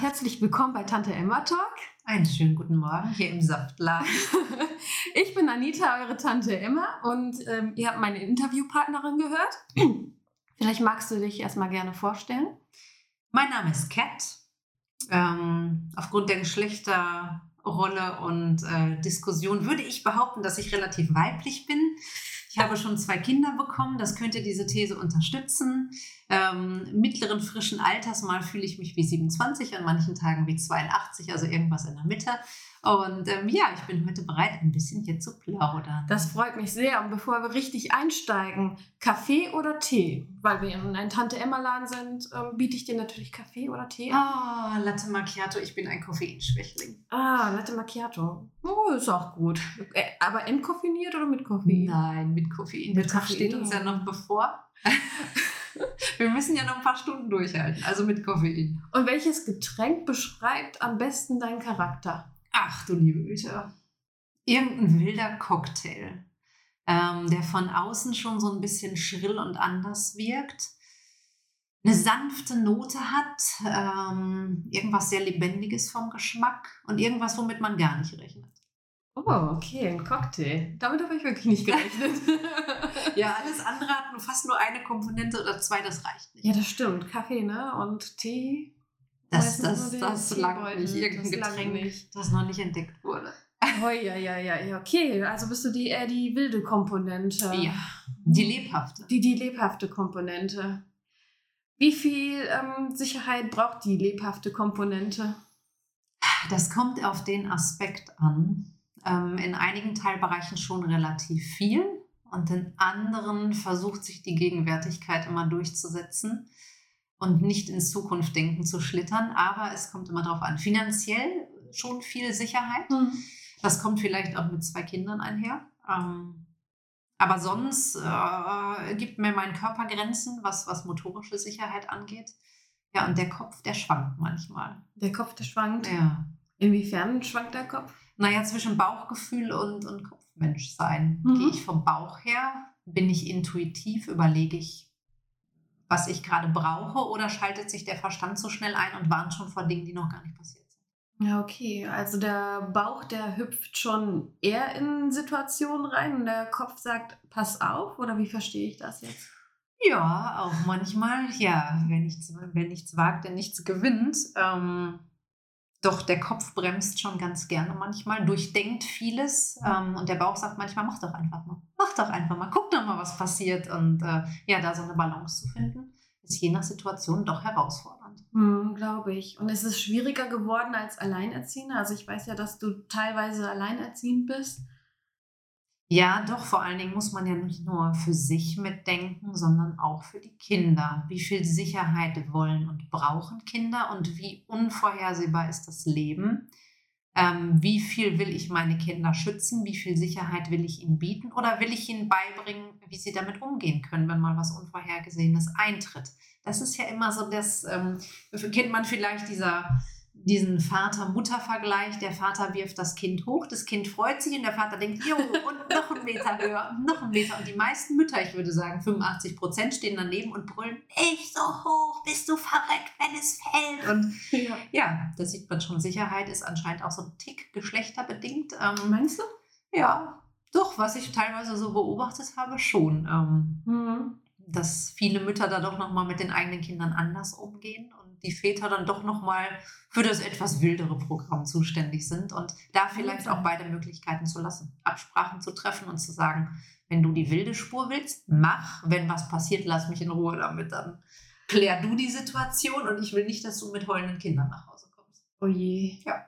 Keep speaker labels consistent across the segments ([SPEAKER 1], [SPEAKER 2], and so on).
[SPEAKER 1] herzlich willkommen bei Tante Emma Talk.
[SPEAKER 2] Einen schönen guten Morgen hier im Saftladen.
[SPEAKER 1] Ich bin Anita, eure Tante Emma, und ihr habt meine Interviewpartnerin gehört. Vielleicht magst du dich erstmal gerne vorstellen.
[SPEAKER 2] Mein Name ist Kat. Aufgrund der Geschlechterrolle und Diskussion würde ich behaupten, dass ich relativ weiblich bin. Ich habe schon 2 Kinder bekommen, das könnte diese These unterstützen. Mittleren, frischen Alters, mal fühle ich mich wie 27, an manchen Tagen wie 82, also irgendwas in der Mitte. Und ich bin heute bereit, ein bisschen hier zu plaudern.
[SPEAKER 1] Das freut mich sehr. Und bevor wir richtig einsteigen, Kaffee oder Tee? Weil wir in einem Tante-Emma-Laden sind, biete ich dir natürlich Kaffee oder Tee an.
[SPEAKER 2] Latte Macchiato, ich bin ein Koffeinschwächling.
[SPEAKER 1] Latte Macchiato. Oh, ist auch gut. Aber entkoffeiniert oder mit Koffein?
[SPEAKER 2] Nein, mit Koffein.
[SPEAKER 1] Mit
[SPEAKER 2] Der Tag
[SPEAKER 1] Koffein.
[SPEAKER 2] steht uns ja noch bevor. Wir müssen ja noch ein paar Stunden durchhalten, also mit Koffein.
[SPEAKER 1] Und welches Getränk beschreibt am besten deinen Charakter?
[SPEAKER 2] Ach du liebe Güte. Irgendein wilder Cocktail, der von außen schon so ein bisschen schrill und anders wirkt, eine sanfte Note hat, irgendwas sehr Lebendiges vom Geschmack und irgendwas, womit man gar nicht rechnet.
[SPEAKER 1] Oh, okay, ein Cocktail. Damit habe ich wirklich nicht gerechnet.
[SPEAKER 2] Ja, alles andere hat fast nur eine Komponente oder 2, das reicht nicht.
[SPEAKER 1] Ja, das stimmt. Kaffee, ne? Und Tee.
[SPEAKER 2] Das
[SPEAKER 1] Meistens nur den
[SPEAKER 2] langt nicht.
[SPEAKER 1] Teebeutel.
[SPEAKER 2] Irgendein
[SPEAKER 1] Das langt
[SPEAKER 2] Getränk,
[SPEAKER 1] nicht.
[SPEAKER 2] das noch nicht entdeckt wurde.
[SPEAKER 1] Oh, ja. Okay, also bist du eher die wilde Komponente.
[SPEAKER 2] Ja, die lebhafte.
[SPEAKER 1] Die lebhafte Komponente. Wie viel Sicherheit braucht die lebhafte Komponente?
[SPEAKER 2] Das kommt auf den Aspekt an. In einigen Teilbereichen schon relativ viel und in anderen versucht sich die Gegenwärtigkeit immer durchzusetzen und nicht in Zukunft denken zu schlittern, aber es kommt immer darauf an. Finanziell schon viel Sicherheit. Das kommt vielleicht auch mit 2 Kindern einher. Aber sonst gibt mir mein Körper Grenzen, was motorische Sicherheit angeht. Ja, und der Kopf, der schwankt manchmal.
[SPEAKER 1] Der Kopf, der schwankt?
[SPEAKER 2] Ja.
[SPEAKER 1] Inwiefern schwankt der Kopf?
[SPEAKER 2] Naja, zwischen Bauchgefühl und Kopfmenschsein. Gehe ich vom Bauch her? Bin ich intuitiv? Überlege ich, was ich gerade brauche? Oder schaltet sich der Verstand so schnell ein und warnt schon vor Dingen, die noch gar nicht passiert sind?
[SPEAKER 1] Ja, okay. Also der Bauch, der hüpft schon eher in Situationen rein und der Kopf sagt, pass auf, oder wie verstehe ich das jetzt?
[SPEAKER 2] Ja, auch manchmal. Ja, wer nichts wagt, der nichts gewinnt. Doch der Kopf bremst schon ganz gerne manchmal, durchdenkt vieles und der Bauch sagt manchmal, mach doch einfach mal, guck doch mal, was passiert. Und da so eine Balance zu finden, ist je nach Situation doch herausfordernd.
[SPEAKER 1] Glaube ich. Und ist es schwieriger geworden als Alleinerziehender? Also ich weiß ja, dass du teilweise alleinerziehend bist.
[SPEAKER 2] Ja, doch, vor allen Dingen muss man ja nicht nur für sich mitdenken, sondern auch für die Kinder. Wie viel Sicherheit wollen und brauchen Kinder und wie unvorhersehbar ist das Leben? Wie viel will ich meine Kinder schützen? Wie viel Sicherheit will ich ihnen bieten? Oder will ich ihnen beibringen, wie sie damit umgehen können, wenn mal was Unvorhergesehenes eintritt? Das ist ja immer so, kennt man vielleicht diesen Vater-Mutter-Vergleich. Der Vater wirft das Kind hoch, das Kind freut sich und der Vater denkt, jo, und noch 1 Meter höher, und noch 1 Meter. Und die meisten Mütter, ich würde sagen 85%, stehen daneben und brüllen, nicht so hoch, bist du verreckt, wenn es fällt. Und ja, da sieht man schon, Sicherheit ist anscheinend auch so ein Tick geschlechterbedingt.
[SPEAKER 1] Meinst du?
[SPEAKER 2] Ja, doch, was ich teilweise so beobachtet habe, schon. Dass viele Mütter da doch nochmal mit den eigenen Kindern anders umgehen und die Väter dann doch nochmal für das etwas wildere Programm zuständig sind und da vielleicht auch beide Möglichkeiten zu lassen, Absprachen zu treffen und zu sagen, wenn du die wilde Spur willst, mach, wenn was passiert, lass mich in Ruhe damit, dann klär du die Situation und ich will nicht, dass du mit heulenden Kindern nach Hause kommst.
[SPEAKER 1] Oh je.
[SPEAKER 2] Ja.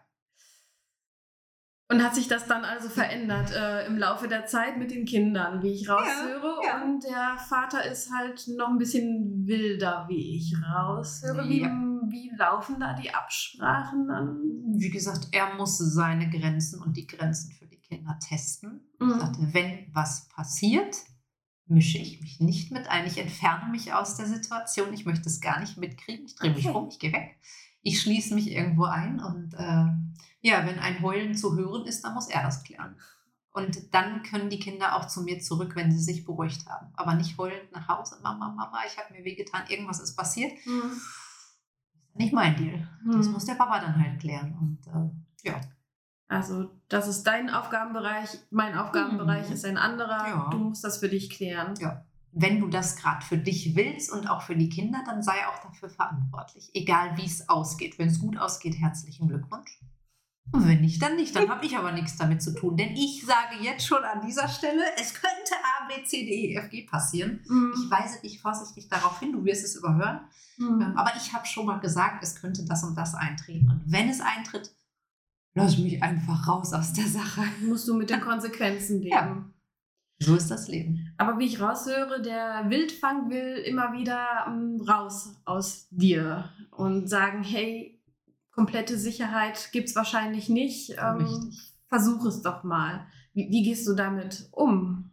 [SPEAKER 1] Und hat sich das dann also verändert im Laufe der Zeit mit den Kindern, wie ich raushöre?
[SPEAKER 2] Ja.
[SPEAKER 1] Und der Vater ist halt noch ein bisschen wilder, wie ich raushöre.
[SPEAKER 2] Ja.
[SPEAKER 1] Wie laufen da die Absprachen dann?
[SPEAKER 2] Wie gesagt, er muss seine Grenzen und die Grenzen für die Kinder testen. Ich sagte, wenn was passiert, mische ich mich nicht mit ein. Ich entferne mich aus der Situation. Ich möchte es gar nicht mitkriegen. Ich drehe mich rum, ich gehe weg. Ich schließe mich irgendwo ein und wenn ein Heulen zu hören ist, dann muss er das klären. Und dann können die Kinder auch zu mir zurück, wenn sie sich beruhigt haben. Aber nicht heulend nach Hause. Mama, ich habe mir wehgetan, irgendwas ist passiert. Nicht mein Deal. Das
[SPEAKER 1] Hm.
[SPEAKER 2] muss der Papa dann halt klären. Und ja.
[SPEAKER 1] Also, das ist dein Aufgabenbereich, mein Aufgabenbereich ist ein anderer.
[SPEAKER 2] Ja.
[SPEAKER 1] Du musst das für dich klären.
[SPEAKER 2] Ja. Wenn du das gerade für dich willst und auch für die Kinder, dann sei auch dafür verantwortlich. Egal wie es ausgeht. Wenn es gut ausgeht, herzlichen Glückwunsch. Und wenn nicht, dann nicht. Dann habe ich aber nichts damit zu tun. Denn ich sage jetzt schon an dieser Stelle, es könnte A, B, C, D, E, F, G passieren. Ich weise dich vorsichtig darauf hin, du wirst es überhören. Aber ich habe schon mal gesagt, es könnte das und das eintreten. Und wenn es eintritt, lass mich einfach raus aus der Sache.
[SPEAKER 1] Musst du mit den Konsequenzen leben.
[SPEAKER 2] Ja. So ist das Leben.
[SPEAKER 1] Aber wie ich raushöre, der Wildfang will immer wieder raus aus dir und sagen, hey, komplette Sicherheit gibt es wahrscheinlich nicht.
[SPEAKER 2] Richtig.
[SPEAKER 1] Versuch es doch mal. Wie gehst du damit um?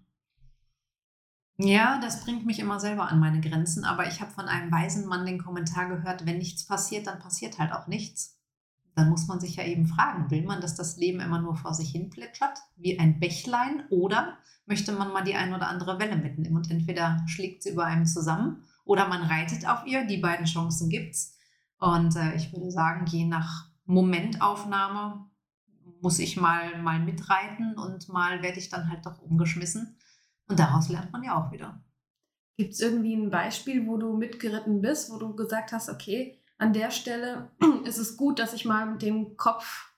[SPEAKER 2] Ja, das bringt mich immer selber an meine Grenzen. Aber ich habe von einem weisen Mann den Kommentar gehört, wenn nichts passiert, dann passiert halt auch nichts. Dann muss man sich ja eben fragen, will man, dass das Leben immer nur vor sich hin plätschert, wie ein Bächlein, oder möchte man mal die ein oder andere Welle mitnehmen und entweder schlägt sie über einem zusammen oder man reitet auf ihr, die beiden Chancen gibt's. Und ich würde sagen, je nach Momentaufnahme muss ich mal mitreiten und mal werde ich dann halt doch umgeschmissen. Und daraus lernt man ja auch wieder.
[SPEAKER 1] Gibt es irgendwie ein Beispiel, wo du mitgeritten bist, wo du gesagt hast, okay, an der Stelle ist es gut, dass ich mal mit dem Kopf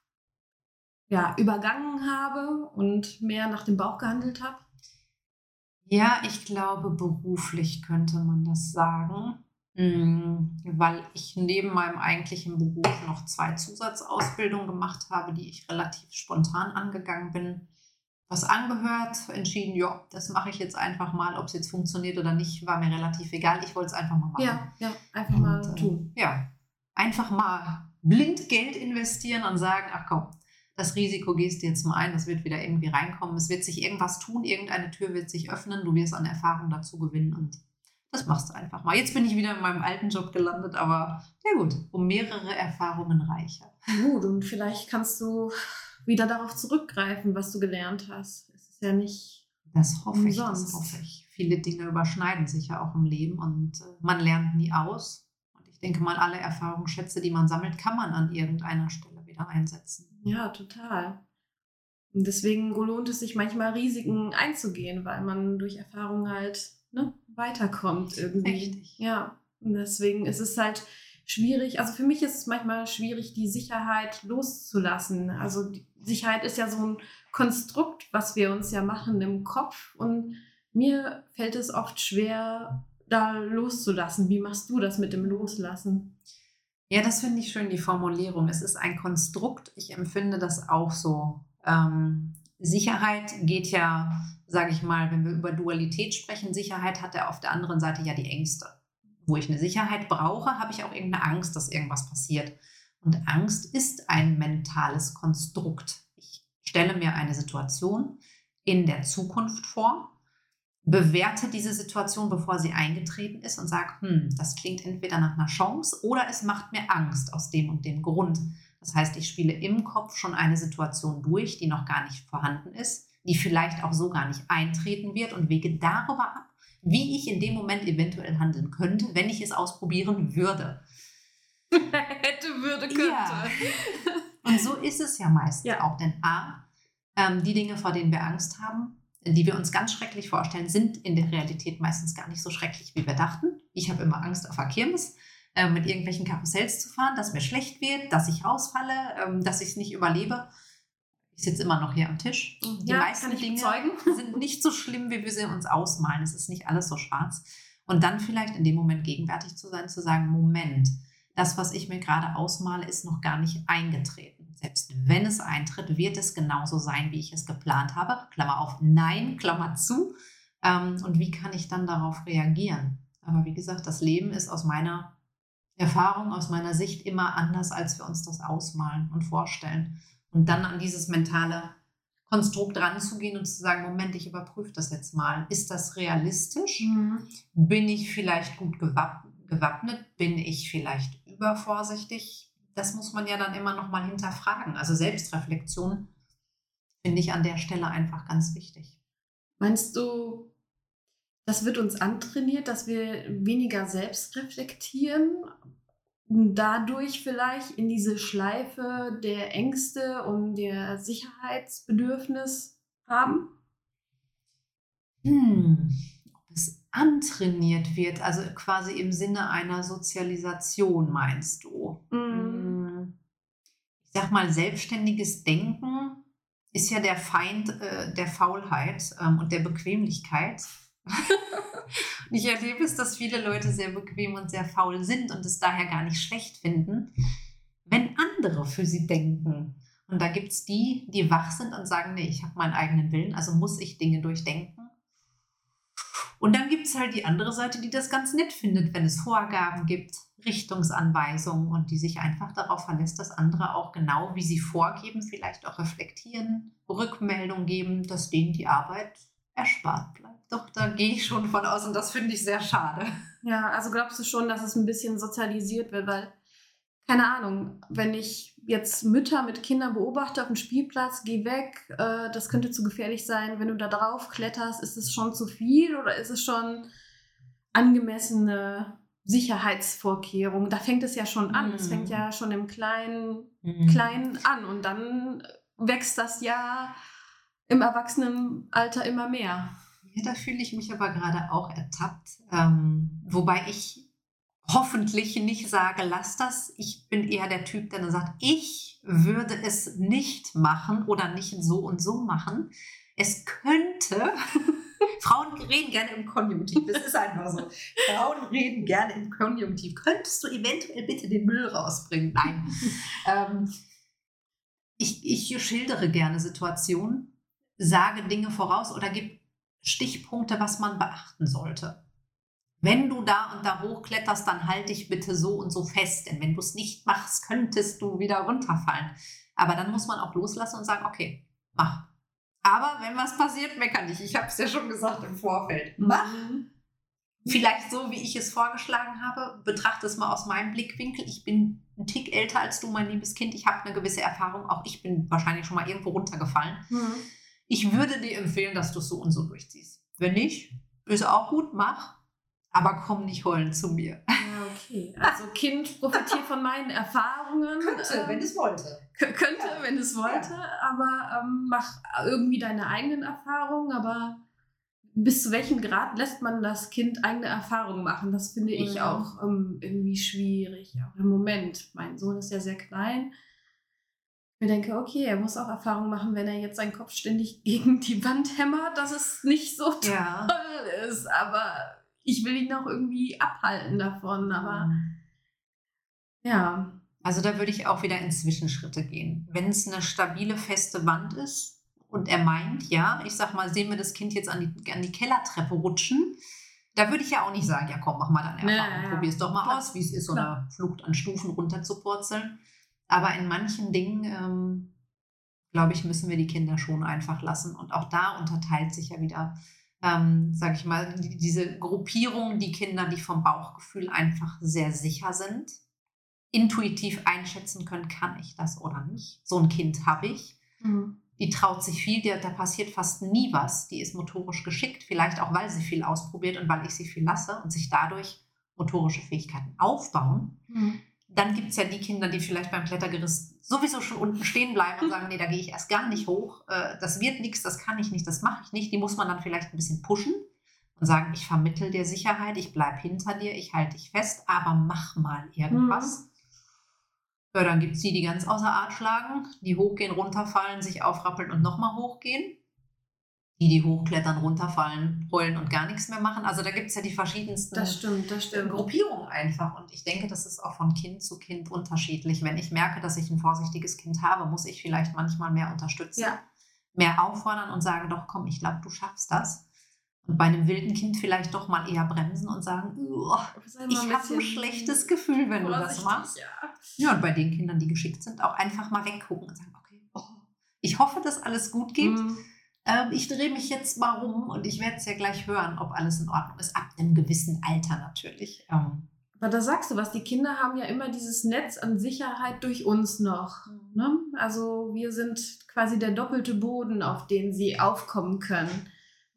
[SPEAKER 1] übergangen habe und mehr nach dem Bauch gehandelt habe?
[SPEAKER 2] Ja, ich glaube, beruflich könnte man das sagen, weil ich neben meinem eigentlichen Beruf noch 2 Zusatzausbildungen gemacht habe, die ich relativ spontan angegangen bin. Was angehört, entschieden, ja, das mache ich jetzt einfach mal. Ob es jetzt funktioniert oder nicht, war mir relativ egal. Ich wollte es einfach mal machen.
[SPEAKER 1] Ja, einfach mal tun.
[SPEAKER 2] Ja, einfach mal blind Geld investieren und sagen, ach komm, das Risiko gehst du jetzt mal ein, das wird wieder irgendwie reinkommen. Es wird sich irgendwas tun, irgendeine Tür wird sich öffnen, du wirst an Erfahrung dazu gewinnen und das machst du einfach mal. Jetzt bin ich wieder in meinem alten Job gelandet, aber ja gut, um mehrere Erfahrungen reicher.
[SPEAKER 1] Gut, und vielleicht kannst du wieder darauf zurückgreifen, was du gelernt hast. Es ist ja nicht
[SPEAKER 2] Das hoffe ich,
[SPEAKER 1] umsonst.
[SPEAKER 2] das hoffe ich. Viele Dinge überschneiden sich ja auch im Leben und man lernt nie aus. Und ich denke mal, alle Erfahrungsschätze, die man sammelt, kann man an irgendeiner Stelle wieder einsetzen.
[SPEAKER 1] Ja, total. Und deswegen lohnt es sich manchmal, Risiken einzugehen, weil man durch Erfahrung halt weiterkommt irgendwie.
[SPEAKER 2] Richtig.
[SPEAKER 1] Ja, und deswegen ist es halt schwierig. Also für mich ist es manchmal schwierig, die Sicherheit loszulassen. Also die Sicherheit ist ja so ein Konstrukt, was wir uns ja machen im Kopf. Und mir fällt es oft schwer, da loszulassen. Wie machst du das mit dem Loslassen?
[SPEAKER 2] Ja, das finde ich schön, die Formulierung. Es ist ein Konstrukt. Ich empfinde das auch so. Sicherheit geht ja, sage ich mal, wenn wir über Dualität sprechen, Sicherheit hat ja auf der anderen Seite ja die Ängste. Wo ich eine Sicherheit brauche, habe ich auch irgendeine Angst, dass irgendwas passiert. Und Angst ist ein mentales Konstrukt. Ich stelle mir eine Situation in der Zukunft vor, bewerte diese Situation, bevor sie eingetreten ist und sage, das klingt entweder nach einer Chance oder es macht mir Angst aus dem und dem Grund. Das heißt, ich spiele im Kopf schon eine Situation durch, die noch gar nicht vorhanden ist, die vielleicht auch so gar nicht eintreten wird und wege darüber ab, wie ich in dem Moment eventuell handeln könnte, wenn ich es ausprobieren würde.
[SPEAKER 1] Hätte, würde, könnte.
[SPEAKER 2] Ja. Und so ist es ja meistens
[SPEAKER 1] Ja.
[SPEAKER 2] auch. Denn die Dinge, vor denen wir Angst haben, die wir uns ganz schrecklich vorstellen, sind in der Realität meistens gar nicht so schrecklich, wie wir dachten. Ich habe immer Angst, auf der Kirmes mit irgendwelchen Karussells zu fahren, dass mir schlecht wird, dass ich rausfalle, dass ich es nicht überlebe. Ich sitze immer noch hier am Tisch. Die meisten Dinge sind nicht so schlimm, wie wir sie uns ausmalen. Es ist nicht alles so schwarz. Und dann vielleicht in dem Moment gegenwärtig zu sein, zu sagen, Moment, das, was ich mir gerade ausmale, ist noch gar nicht eingetreten. Selbst wenn es eintritt, wird es genauso sein, wie ich es geplant habe. Klammer auf, nein, Klammer zu. Und wie kann ich dann darauf reagieren? Aber wie gesagt, das Leben ist aus meiner Erfahrung, aus meiner Sicht immer anders, als wir uns das ausmalen und vorstellen. Und dann an dieses mentale Konstrukt ranzugehen und zu sagen, Moment, ich überprüfe das jetzt mal. Ist das realistisch? Bin ich vielleicht gut gewappnet? Bin ich vielleicht übervorsichtig? Das muss man ja dann immer noch mal hinterfragen. Also Selbstreflexion finde ich an der Stelle einfach ganz wichtig.
[SPEAKER 1] Meinst du, das wird uns antrainiert, dass wir weniger selbst reflektieren? dadurch vielleicht in diese Schleife der Ängste und der Sicherheitsbedürfnis haben?
[SPEAKER 2] Ob es antrainiert wird, also quasi im Sinne einer Sozialisation, meinst du? Ich sag mal, selbstständiges Denken ist ja der Feind der Faulheit und der Bequemlichkeit. Ich erlebe es, dass viele Leute sehr bequem und sehr faul sind und es daher gar nicht schlecht finden, wenn andere für sie denken. Und da gibt es die, die wach sind und sagen, nee, ich habe meinen eigenen Willen, also muss ich Dinge durchdenken. Und dann gibt es halt die andere Seite, die das ganz nett findet, wenn es Vorgaben gibt, Richtungsanweisungen und die sich einfach darauf verlässt, dass andere auch genau, wie sie vorgeben, vielleicht auch reflektieren, Rückmeldung geben, dass denen die Arbeit erspart bleibt. Doch, da gehe ich schon von aus und das finde ich sehr schade.
[SPEAKER 1] Ja, also glaubst du schon, dass es ein bisschen sozialisiert wird, weil, keine Ahnung, wenn ich jetzt Mütter mit Kindern beobachte auf dem Spielplatz, geh weg, das könnte zu gefährlich sein, wenn du da drauf kletterst, ist es schon zu viel oder ist es schon angemessene Sicherheitsvorkehrungen? Da fängt es ja schon an, es fängt ja schon im Kleinen an und dann wächst das ja im Erwachsenenalter immer mehr.
[SPEAKER 2] Ja, da fühle ich mich aber gerade auch ertappt, wobei ich hoffentlich nicht sage, lass das. Ich bin eher der Typ, der dann sagt, ich würde es nicht machen oder nicht so und so machen. Es könnte, Frauen reden gerne im Konjunktiv, das ist einfach so. Frauen reden gerne im Konjunktiv. Könntest du eventuell bitte den Müll rausbringen? Nein. Ich schildere gerne Situationen, sage Dinge voraus oder gebe Stichpunkte, was man beachten sollte. Wenn du da und da hochkletterst, dann halte dich bitte so und so fest, denn wenn du es nicht machst, könntest du wieder runterfallen. Aber dann muss man auch loslassen und sagen, okay, mach. Aber wenn was passiert, mecker nicht. Ich habe es ja schon gesagt im Vorfeld. Mach. Vielleicht so, wie ich es vorgeschlagen habe. Betrachte es mal aus meinem Blickwinkel. Ich bin ein Tick älter als du, mein liebes Kind. Ich habe eine gewisse Erfahrung. Auch ich bin wahrscheinlich schon mal irgendwo runtergefallen. Ich würde dir empfehlen, dass du es so und so durchziehst. Wenn nicht, ist auch gut, mach. Aber komm nicht heulen zu mir.
[SPEAKER 1] Ja, okay. Also Kind profitiert von meinen Erfahrungen.
[SPEAKER 2] Könnte, wenn es wollte.
[SPEAKER 1] Könnte, ja, wenn es wollte, ja. Aber mach irgendwie deine eigenen Erfahrungen. Aber bis zu welchem Grad lässt man das Kind eigene Erfahrungen machen? Das finde ich auch irgendwie schwierig. Auch im Moment. Mein Sohn ist ja sehr klein. Ich mir denke, okay, er muss auch Erfahrungen machen, wenn er jetzt seinen Kopf ständig gegen die Wand hämmert, dass es nicht so toll ist. Aber ich will ihn auch irgendwie abhalten davon. Aber ja.
[SPEAKER 2] Also da würde ich auch wieder in Zwischenschritte gehen. Wenn es eine stabile, feste Wand ist und er meint, ja, ich sag mal, sehen wir das Kind jetzt an die Kellertreppe rutschen, da würde ich ja auch nicht sagen, ja komm, mach mal deine Erfahrung, probier es doch mal aus, wie es ist, so eine Flucht an Stufen runter zu purzeln. Aber in manchen Dingen, glaube ich, müssen wir die Kinder schon einfach lassen. Und auch da unterteilt sich ja wieder, sage ich mal, diese Gruppierung, die Kinder, die vom Bauchgefühl einfach sehr sicher sind, intuitiv einschätzen können, kann ich das oder nicht. So ein Kind habe ich. Die traut sich viel, da passiert fast nie was. Die ist motorisch geschickt, vielleicht auch, weil sie viel ausprobiert und weil ich sie viel lasse und sich dadurch motorische Fähigkeiten aufbauen. Dann gibt es ja die Kinder, die vielleicht beim Klettergerüst sowieso schon unten stehen bleiben und sagen, nee, da gehe ich erst gar nicht hoch. Das wird nichts, das kann ich nicht, das mache ich nicht. Die muss man dann vielleicht ein bisschen pushen und sagen, ich vermittle dir Sicherheit, ich bleibe hinter dir, ich halte dich fest, aber mach mal irgendwas. Ja, dann gibt es die ganz außer Art schlagen, die hochgehen, runterfallen, sich aufrappeln und nochmal hochgehen. Die hochklettern, runterfallen, heulen und gar nichts mehr machen. Also da gibt es ja die verschiedensten Gruppierungen einfach. Und ich denke, das ist auch von Kind zu Kind unterschiedlich. Wenn ich merke, dass ich ein vorsichtiges Kind habe, muss ich vielleicht manchmal mehr unterstützen, mehr auffordern und sagen, doch komm, ich glaube, du schaffst das. Und bei einem wilden Kind vielleicht doch mal eher bremsen und sagen, ich habe ein schlechtes Gefühl, wenn du das machst. Ja, und bei den Kindern, die geschickt sind, auch einfach mal weggucken und sagen, okay, ich hoffe, dass alles gut geht. Ich drehe mich jetzt mal rum und ich werde es ja gleich hören, ob alles in Ordnung ist. Ab einem gewissen Alter natürlich.
[SPEAKER 1] Aber da sagst du was, die Kinder haben ja immer dieses Netz an Sicherheit durch uns noch. Ne? Also wir sind quasi der doppelte Boden, auf den sie aufkommen können.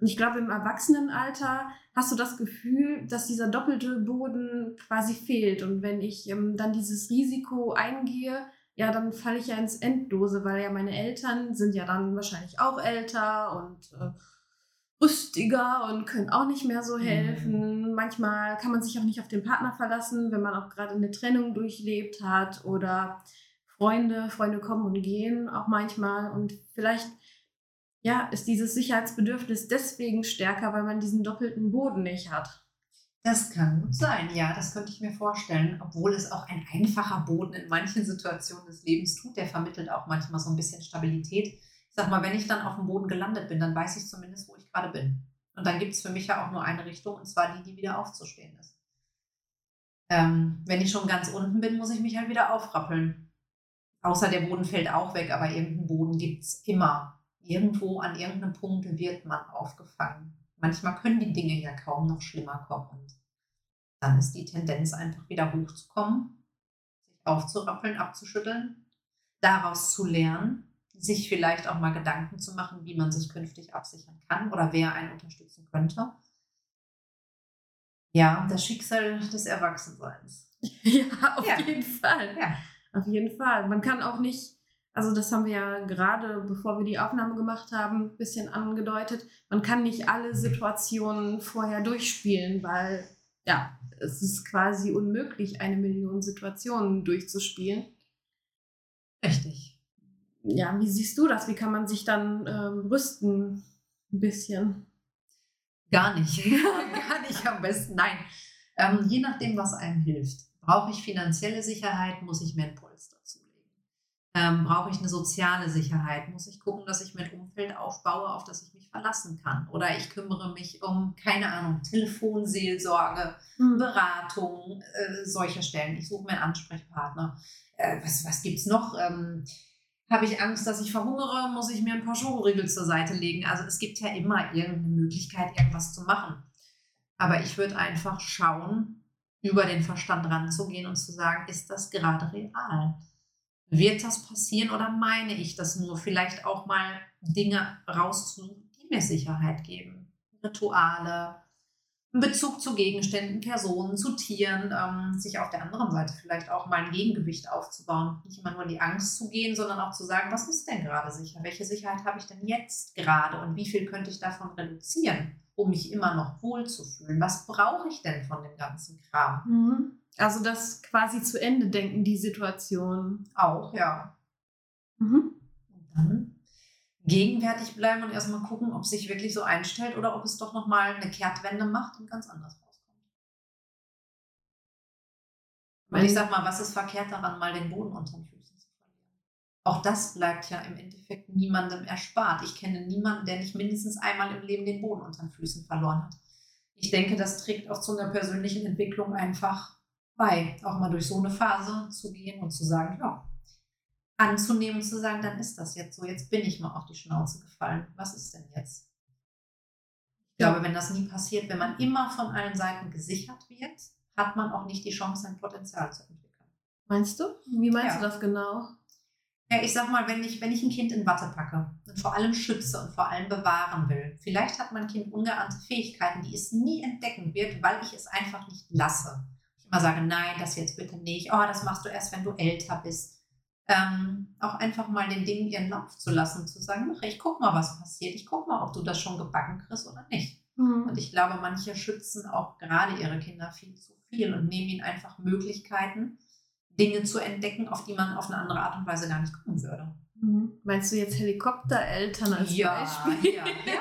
[SPEAKER 1] Und ich glaube, im Erwachsenenalter hast du das Gefühl, dass dieser doppelte Boden quasi fehlt. Und wenn ich dann dieses Risiko eingehe, ja, dann falle ich ja ins Endlose, weil ja meine Eltern sind ja dann wahrscheinlich auch älter und rüstiger und können auch nicht mehr so helfen. Manchmal kann man sich auch nicht auf den Partner verlassen, wenn man auch gerade eine Trennung durchlebt hat oder Freunde kommen und gehen auch manchmal. Und vielleicht, ja, ist dieses Sicherheitsbedürfnis deswegen stärker, weil man diesen doppelten Boden nicht hat.
[SPEAKER 2] Das kann gut sein, ja, das könnte ich mir vorstellen, obwohl es auch ein einfacher Boden in manchen Situationen des Lebens tut. Der vermittelt auch manchmal so ein bisschen Stabilität. Ich sag mal, wenn ich dann auf dem Boden gelandet bin, dann weiß ich zumindest, wo ich gerade bin. Und dann gibt es für mich ja auch nur eine Richtung, und zwar die, die wieder aufzustehen ist. Wenn ich schon ganz unten bin, muss ich mich halt wieder aufrappeln. Außer der Boden fällt auch weg, aber irgendeinen Boden gibt es immer. Irgendwo an irgendeinem Punkt wird man aufgefangen. Manchmal können die Dinge ja kaum noch schlimmer kommen. Und dann ist die Tendenz einfach wieder hochzukommen, sich aufzurappeln, abzuschütteln, daraus zu lernen, sich vielleicht auch mal Gedanken zu machen, wie man sich künftig absichern kann oder wer einen unterstützen könnte. Ja, das Schicksal des Erwachsenseins.
[SPEAKER 1] Ja, auf
[SPEAKER 2] Ja.
[SPEAKER 1] jeden Fall.
[SPEAKER 2] Ja.
[SPEAKER 1] Auf jeden Fall. Man kann auch nicht, also das haben wir ja gerade, bevor wir die Aufnahme gemacht haben, ein bisschen angedeutet, man kann nicht alle Situationen vorher durchspielen, weil ja, es ist quasi unmöglich, 1 Million Situationen durchzuspielen.
[SPEAKER 2] Richtig.
[SPEAKER 1] Ja, wie siehst du das? Wie kann man sich dann rüsten? Ein bisschen.
[SPEAKER 2] Gar nicht. Gar nicht am besten. Nein. Je nachdem, was einem hilft. Brauche ich finanzielle Sicherheit, muss ich mir ein Polster zulegen. Brauche ich eine soziale Sicherheit, muss ich gucken, dass ich mein Umfeld aufbaue, auf das ich mich verlassen kann. Oder ich kümmere mich um, keine Ahnung, Telefonseelsorge, Beratung, solche Stellen. Ich suche mir einen Ansprechpartner. Was gibt es noch? Habe ich Angst, dass ich verhungere, muss ich mir ein paar Schokoriegel zur Seite legen. Also es gibt ja immer irgendeine Möglichkeit, irgendwas zu machen. Aber ich würde einfach schauen, über den Verstand ranzugehen und zu sagen, ist das gerade real? Wird das passieren oder meine ich das nur? Vielleicht auch mal Dinge rauszusuchen, die mir Sicherheit geben. Rituale, einen Bezug zu Gegenständen, Personen, zu Tieren, sich auf der anderen Seite vielleicht auch mal ein Gegengewicht aufzubauen. Nicht immer nur in die Angst zu gehen, sondern auch zu sagen, was ist denn gerade sicher? Welche Sicherheit habe ich denn jetzt gerade und wie viel könnte ich davon reduzieren, um mich immer noch wohlzufühlen? Was brauche ich denn von dem ganzen Kram?
[SPEAKER 1] Also das quasi zu Ende denken, die Situation.
[SPEAKER 2] Auch, ja. Und dann gegenwärtig bleiben und erstmal gucken, ob es sich wirklich so einstellt oder ob es doch nochmal eine Kehrtwende macht und ganz anders rauskommt. Und ich sag mal, was ist verkehrt daran, mal den Boden unter den Füßen zu verlieren? Auch das bleibt ja im Endeffekt niemandem erspart. Ich kenne niemanden, der nicht mindestens einmal im Leben den Boden unter den Füßen verloren hat. Ich denke, das trägt auch zu einer persönlichen Entwicklung einfach bei, auch mal durch so eine Phase zu gehen und zu sagen, ja, anzunehmen und zu sagen, dann ist das jetzt so, jetzt bin ich mal auf die Schnauze gefallen. Was ist denn jetzt? Ich glaube, wenn das nie passiert, wenn man immer von allen Seiten gesichert wird, hat man auch nicht die Chance, sein Potenzial zu entwickeln.
[SPEAKER 1] Meinst du? Wie meinst du das genau?
[SPEAKER 2] Ja, ich sag mal, wenn ich ein Kind in Watte packe und vor allem schütze und vor allem bewahren will, vielleicht hat mein Kind ungeahnte Fähigkeiten, die es nie entdecken wird, weil ich es einfach nicht lasse. Ich immer sage, nein, das jetzt bitte nicht. Oh, das machst du erst, wenn du älter bist. Auch einfach mal den Dingen ihren Lauf zu lassen, zu sagen, ich guck mal, was passiert. Ich guck mal, ob du das schon gebacken kriegst oder nicht. Und ich glaube, manche schützen auch gerade ihre Kinder viel zu viel und nehmen ihnen einfach Möglichkeiten, Dinge zu entdecken, auf die man auf eine andere Art und Weise gar nicht kommen würde.
[SPEAKER 1] Meinst du jetzt Helikoptereltern als Beispiel?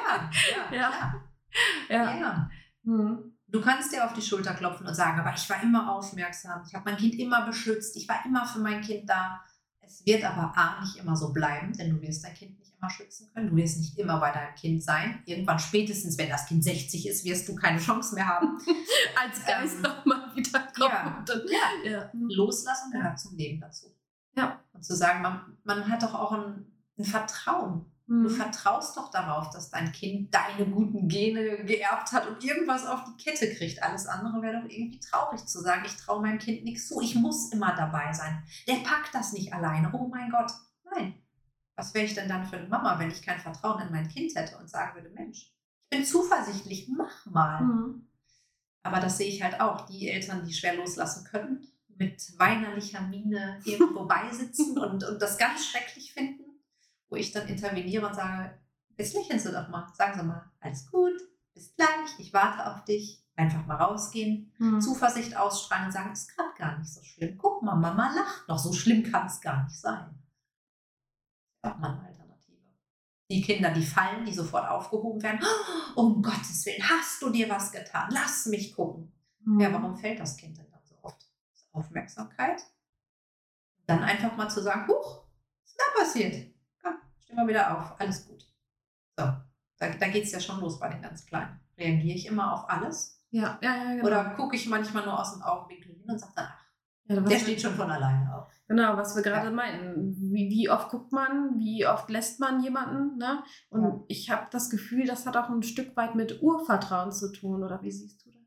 [SPEAKER 2] Ja. Du kannst dir auf die Schulter klopfen und sagen, aber ich war immer aufmerksam, ich habe mein Kind immer beschützt, ich war immer für mein Kind da. Es wird aber A, nicht immer so bleiben, denn du wirst dein Kind nicht immer schützen können. Du wirst nicht immer bei deinem Kind sein. Irgendwann spätestens, wenn das Kind 60 ist, wirst du keine Chance mehr haben.
[SPEAKER 1] Als Geist nochmal wieder kommen.
[SPEAKER 2] Loslassen gehört zum Leben dazu. Ja. Und zu sagen, man hat doch auch ein Vertrauen. Du vertraust doch darauf, dass dein Kind deine guten Gene geerbt hat und irgendwas auf die Kette kriegt. Alles andere wäre doch irgendwie traurig zu sagen, ich traue meinem Kind nichts zu. Ich muss immer dabei sein. Der packt das nicht alleine. Oh mein Gott. Nein. Was wäre ich denn dann für eine Mama, wenn ich kein Vertrauen in mein Kind hätte und sagen würde, Mensch, ich bin zuversichtlich, mach mal.
[SPEAKER 1] Mhm.
[SPEAKER 2] Aber das sehe ich halt auch, die Eltern, die schwer loslassen können, mit weinerlicher Miene irgendwo beisitzen und das ganz schrecklich finden, wo ich dann interveniere und sage, jetzt lächeln Sie doch mal, sagen Sie mal, alles gut, bis gleich, ich warte auf dich, einfach mal rausgehen,
[SPEAKER 1] Mhm.
[SPEAKER 2] Zuversicht ausstrahlen und sagen, ist gerade gar nicht so schlimm. Guck mal, Mama lacht noch, so schlimm kann es gar nicht sein. Auch mal eine Alternative. Die Kinder, die fallen, die sofort aufgehoben werden. Oh, um Gottes Willen, hast du dir was getan? Lass mich gucken. Ja,
[SPEAKER 1] Mhm.
[SPEAKER 2] warum fällt das Kind denn dann so oft? Das ist Aufmerksamkeit. Dann einfach mal zu sagen, huch, was ist da passiert? Komm, steh mal wieder auf, alles gut. So, da geht es ja schon los bei den ganz Kleinen. Reagiere ich immer auf alles?
[SPEAKER 1] Ja, genau.
[SPEAKER 2] Oder gucke ich manchmal nur aus dem Augenwinkel hin und sage dann, ach,
[SPEAKER 1] Ja,
[SPEAKER 2] der steht schon von alleine auf.
[SPEAKER 1] Genau, was wir gerade
[SPEAKER 2] Ja.
[SPEAKER 1] meinten. Wie oft guckt man, wie oft lässt man jemanden, ne? Und
[SPEAKER 2] Ja.
[SPEAKER 1] ich habe das Gefühl, das hat auch ein Stück weit mit Urvertrauen zu tun, oder wie siehst du das?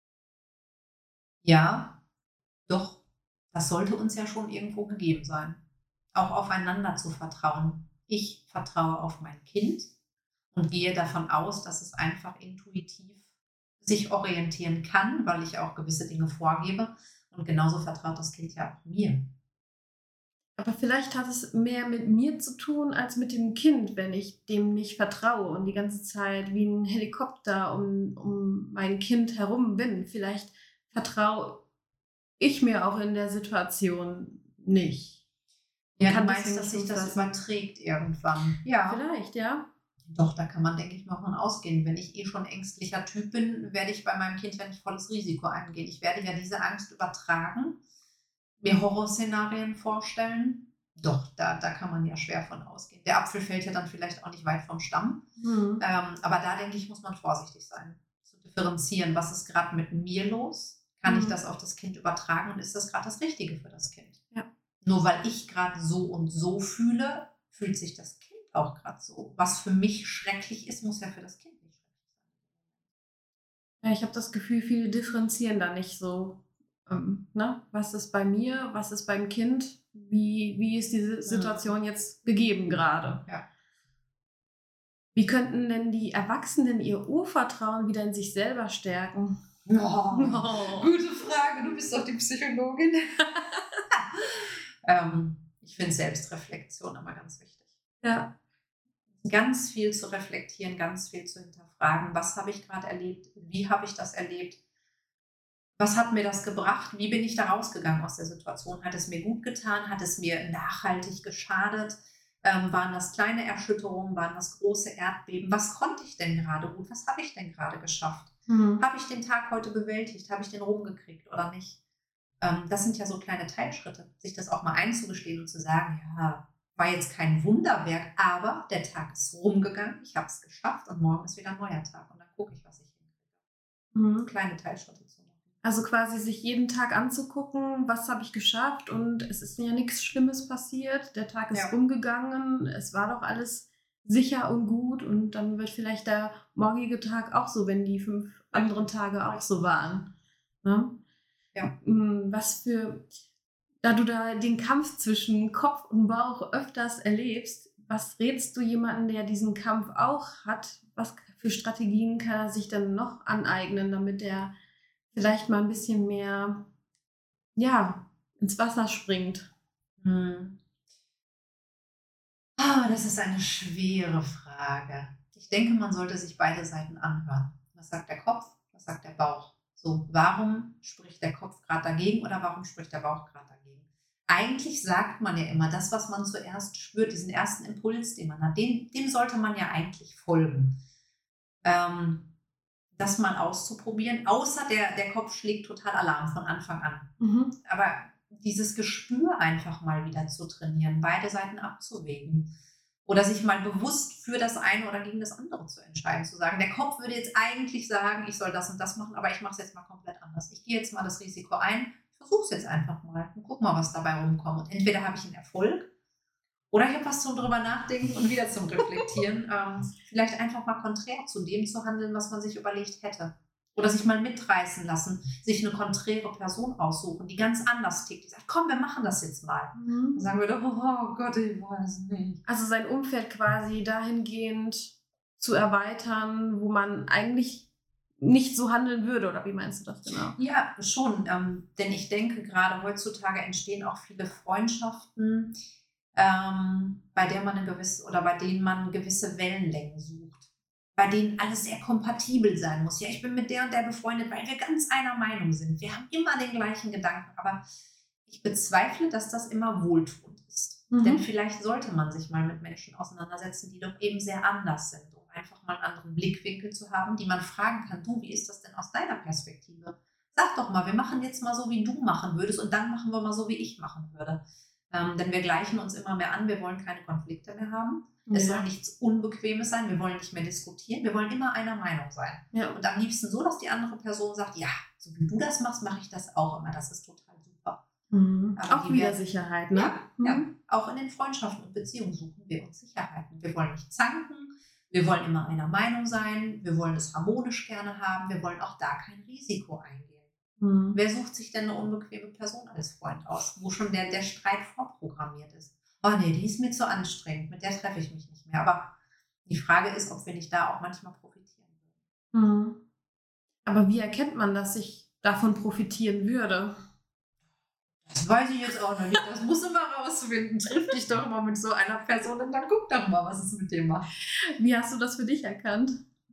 [SPEAKER 2] Ja, doch, das sollte uns ja schon irgendwo gegeben sein. Auch aufeinander zu vertrauen. Ich vertraue auf mein Kind und gehe davon aus, dass es einfach intuitiv sich orientieren kann, weil ich auch gewisse Dinge vorgebe. Und genauso vertraut das Kind ja auch mir.
[SPEAKER 1] Aber vielleicht hat es mehr mit mir zu tun als mit dem Kind, wenn ich dem nicht vertraue und die ganze Zeit wie ein Helikopter um mein Kind herum bin. Vielleicht vertraue ich mir auch in der Situation nicht und
[SPEAKER 2] Ja, du
[SPEAKER 1] kann
[SPEAKER 2] meinst,
[SPEAKER 1] deswegen
[SPEAKER 2] dass
[SPEAKER 1] nicht
[SPEAKER 2] sich das
[SPEAKER 1] loslassen.
[SPEAKER 2] überträgt irgendwann. Ja,
[SPEAKER 1] Vielleicht, ja.
[SPEAKER 2] doch, da kann man, denke ich mal, von ausgehen. Wenn ich schon ängstlicher Typ bin, werde ich bei meinem Kind ja nicht volles Risiko eingehen. Ich werde ja diese Angst übertragen, mir Horrorszenarien vorstellen. Doch, da kann man ja schwer von ausgehen. Der Apfel fällt ja dann vielleicht auch nicht weit vom Stamm.
[SPEAKER 1] Mhm.
[SPEAKER 2] Aber da, denke ich, muss man vorsichtig sein. Zu differenzieren, was ist gerade mit mir los? Kann ich das auf das Kind übertragen und ist das gerade das Richtige für das Kind?
[SPEAKER 1] Ja.
[SPEAKER 2] Nur weil ich gerade so und so fühle, fühlt sich das Kind auch gerade so. Was für mich schrecklich ist, muss ja für das Kind nicht schrecklich
[SPEAKER 1] Ja, ich habe das Gefühl, viele differenzieren da nicht so, ne? Was ist bei mir, was ist beim Kind? Wie ist diese Situation jetzt gegeben gerade?
[SPEAKER 2] Ja.
[SPEAKER 1] Wie könnten denn die Erwachsenen ihr Urvertrauen wieder in sich selber stärken?
[SPEAKER 2] sein. Oh, gute Frage, du bist doch die Psychologin. Ich finde Selbstreflexion immer ganz wichtig.
[SPEAKER 1] Ja.
[SPEAKER 2] Ganz viel zu reflektieren, ganz viel zu hinterfragen. Was habe ich gerade erlebt? Wie habe ich das erlebt? Was hat mir das gebracht? Wie bin ich da rausgegangen aus der Situation? Hat es mir gut getan? Hat es mir nachhaltig geschadet? Waren das kleine Erschütterungen? Waren das große Erdbeben? Was konnte ich denn gerade gut? Was habe ich denn gerade geschafft?
[SPEAKER 1] Mhm.
[SPEAKER 2] Habe ich den Tag heute bewältigt? Habe ich den rumgekriegt oder nicht? Das sind ja so kleine Teilschritte, sich das auch mal einzugestehen und zu sagen, ja, war jetzt kein Wunderwerk, aber der Tag ist rumgegangen, ich habe es geschafft und morgen ist wieder ein neuer Tag und dann gucke ich, was ich hinkriege.
[SPEAKER 1] Mhm.
[SPEAKER 2] Kleine Teilschritte zu machen.
[SPEAKER 1] Also quasi sich jeden Tag anzugucken, was habe ich geschafft und es ist ja nichts Schlimmes passiert, der Tag ist
[SPEAKER 2] Ja.
[SPEAKER 1] rumgegangen, es war doch alles sicher und gut und dann wird vielleicht der morgige Tag auch so, wenn die 5 anderen Tage auch so waren. Ne?
[SPEAKER 2] Ja.
[SPEAKER 1] Da du da den Kampf zwischen Kopf und Bauch öfters erlebst, was rätst du jemanden, der diesen Kampf auch hat? Was für Strategien kann er sich denn noch aneignen, damit er vielleicht mal ein bisschen mehr, ja, ins Wasser springt?
[SPEAKER 2] Das ist eine schwere Frage. Ich denke, man sollte sich beide Seiten anhören. Was sagt der Kopf? Was sagt der Bauch? So, warum spricht der Kopf gerade dagegen oder warum spricht der Bauch gerade dagegen? Eigentlich sagt man ja immer, das, was man zuerst spürt, diesen ersten Impuls, den man hat, dem sollte man ja eigentlich folgen. Das mal auszuprobieren, außer der Kopf schlägt total Alarm von Anfang an. Aber dieses Gespür einfach mal wieder zu trainieren, beide Seiten abzuwägen oder sich mal bewusst für das eine oder gegen das andere zu entscheiden, zu sagen, der Kopf würde jetzt eigentlich sagen, ich soll das und das machen, aber ich mache es jetzt mal komplett anders. Ich gehe jetzt mal das Risiko ein, ich versuche es jetzt einfach mal und guck mal, was dabei rumkommt. Und entweder habe ich einen Erfolg oder ich habe was zum drüber nachdenken und wieder zum Reflektieren. Vielleicht einfach mal konträr zu dem zu handeln, was man sich überlegt hätte. Oder sich mal mitreißen lassen, sich eine konträre Person aussuchen, die ganz anders tickt. Die sagt, komm, wir machen das jetzt mal. Dann sagen wir doch, oh Gott, ich weiß nicht.
[SPEAKER 1] Also sein Umfeld quasi dahingehend zu erweitern, wo man eigentlich nicht so handeln würde? Oder wie meinst du das genau?
[SPEAKER 2] Ja, schon. Denn ich denke, gerade heutzutage entstehen auch viele Freundschaften, bei denen man gewisse Wellenlängen sucht, bei denen alles sehr kompatibel sein muss. Ja, ich bin mit der und der befreundet, weil wir ganz einer Meinung sind. Wir haben immer den gleichen Gedanken, aber ich bezweifle, dass das immer wohltuend ist. Denn vielleicht sollte man sich mal mit Menschen auseinandersetzen, die doch eben sehr anders sind, um einfach mal einen anderen Blickwinkel zu haben, die man fragen kann, du, wie ist das denn aus deiner Perspektive? Sag doch mal, wir machen jetzt mal so, wie du machen würdest und dann machen wir mal so, wie ich machen würde. Denn wir gleichen uns immer mehr an, wir wollen keine Konflikte mehr haben. Es soll nichts Unbequemes sein, wir wollen nicht mehr diskutieren, wir wollen immer einer Meinung sein.
[SPEAKER 1] Ja.
[SPEAKER 2] Und am liebsten so, dass die andere Person sagt, ja, so wie du das machst, mache ich das auch immer. Das ist total super. Aber
[SPEAKER 1] Auch wieder Sicherheit, ne?
[SPEAKER 2] Ja, auch in den Freundschaften und Beziehungen suchen wir uns Sicherheiten. Wir wollen nicht zanken, wir wollen immer einer Meinung sein, wir wollen es harmonisch gerne haben, wir wollen auch da kein Risiko eingehen. Wer sucht sich denn eine unbequeme Person als Freund aus, wo schon der Streit vorprogrammiert ist? Oh nee, die ist mir zu anstrengend, mit der treffe ich mich nicht mehr. Aber die Frage ist, ob wir nicht da auch manchmal profitieren würden.
[SPEAKER 1] Aber wie erkennt man, dass ich davon profitieren würde?
[SPEAKER 2] Das weiß ich jetzt auch noch nicht. Das musst du mal rausfinden. Triff dich doch mal mit so einer Person und dann guck doch mal, was es mit dem macht.
[SPEAKER 1] Wie hast du das für dich erkannt?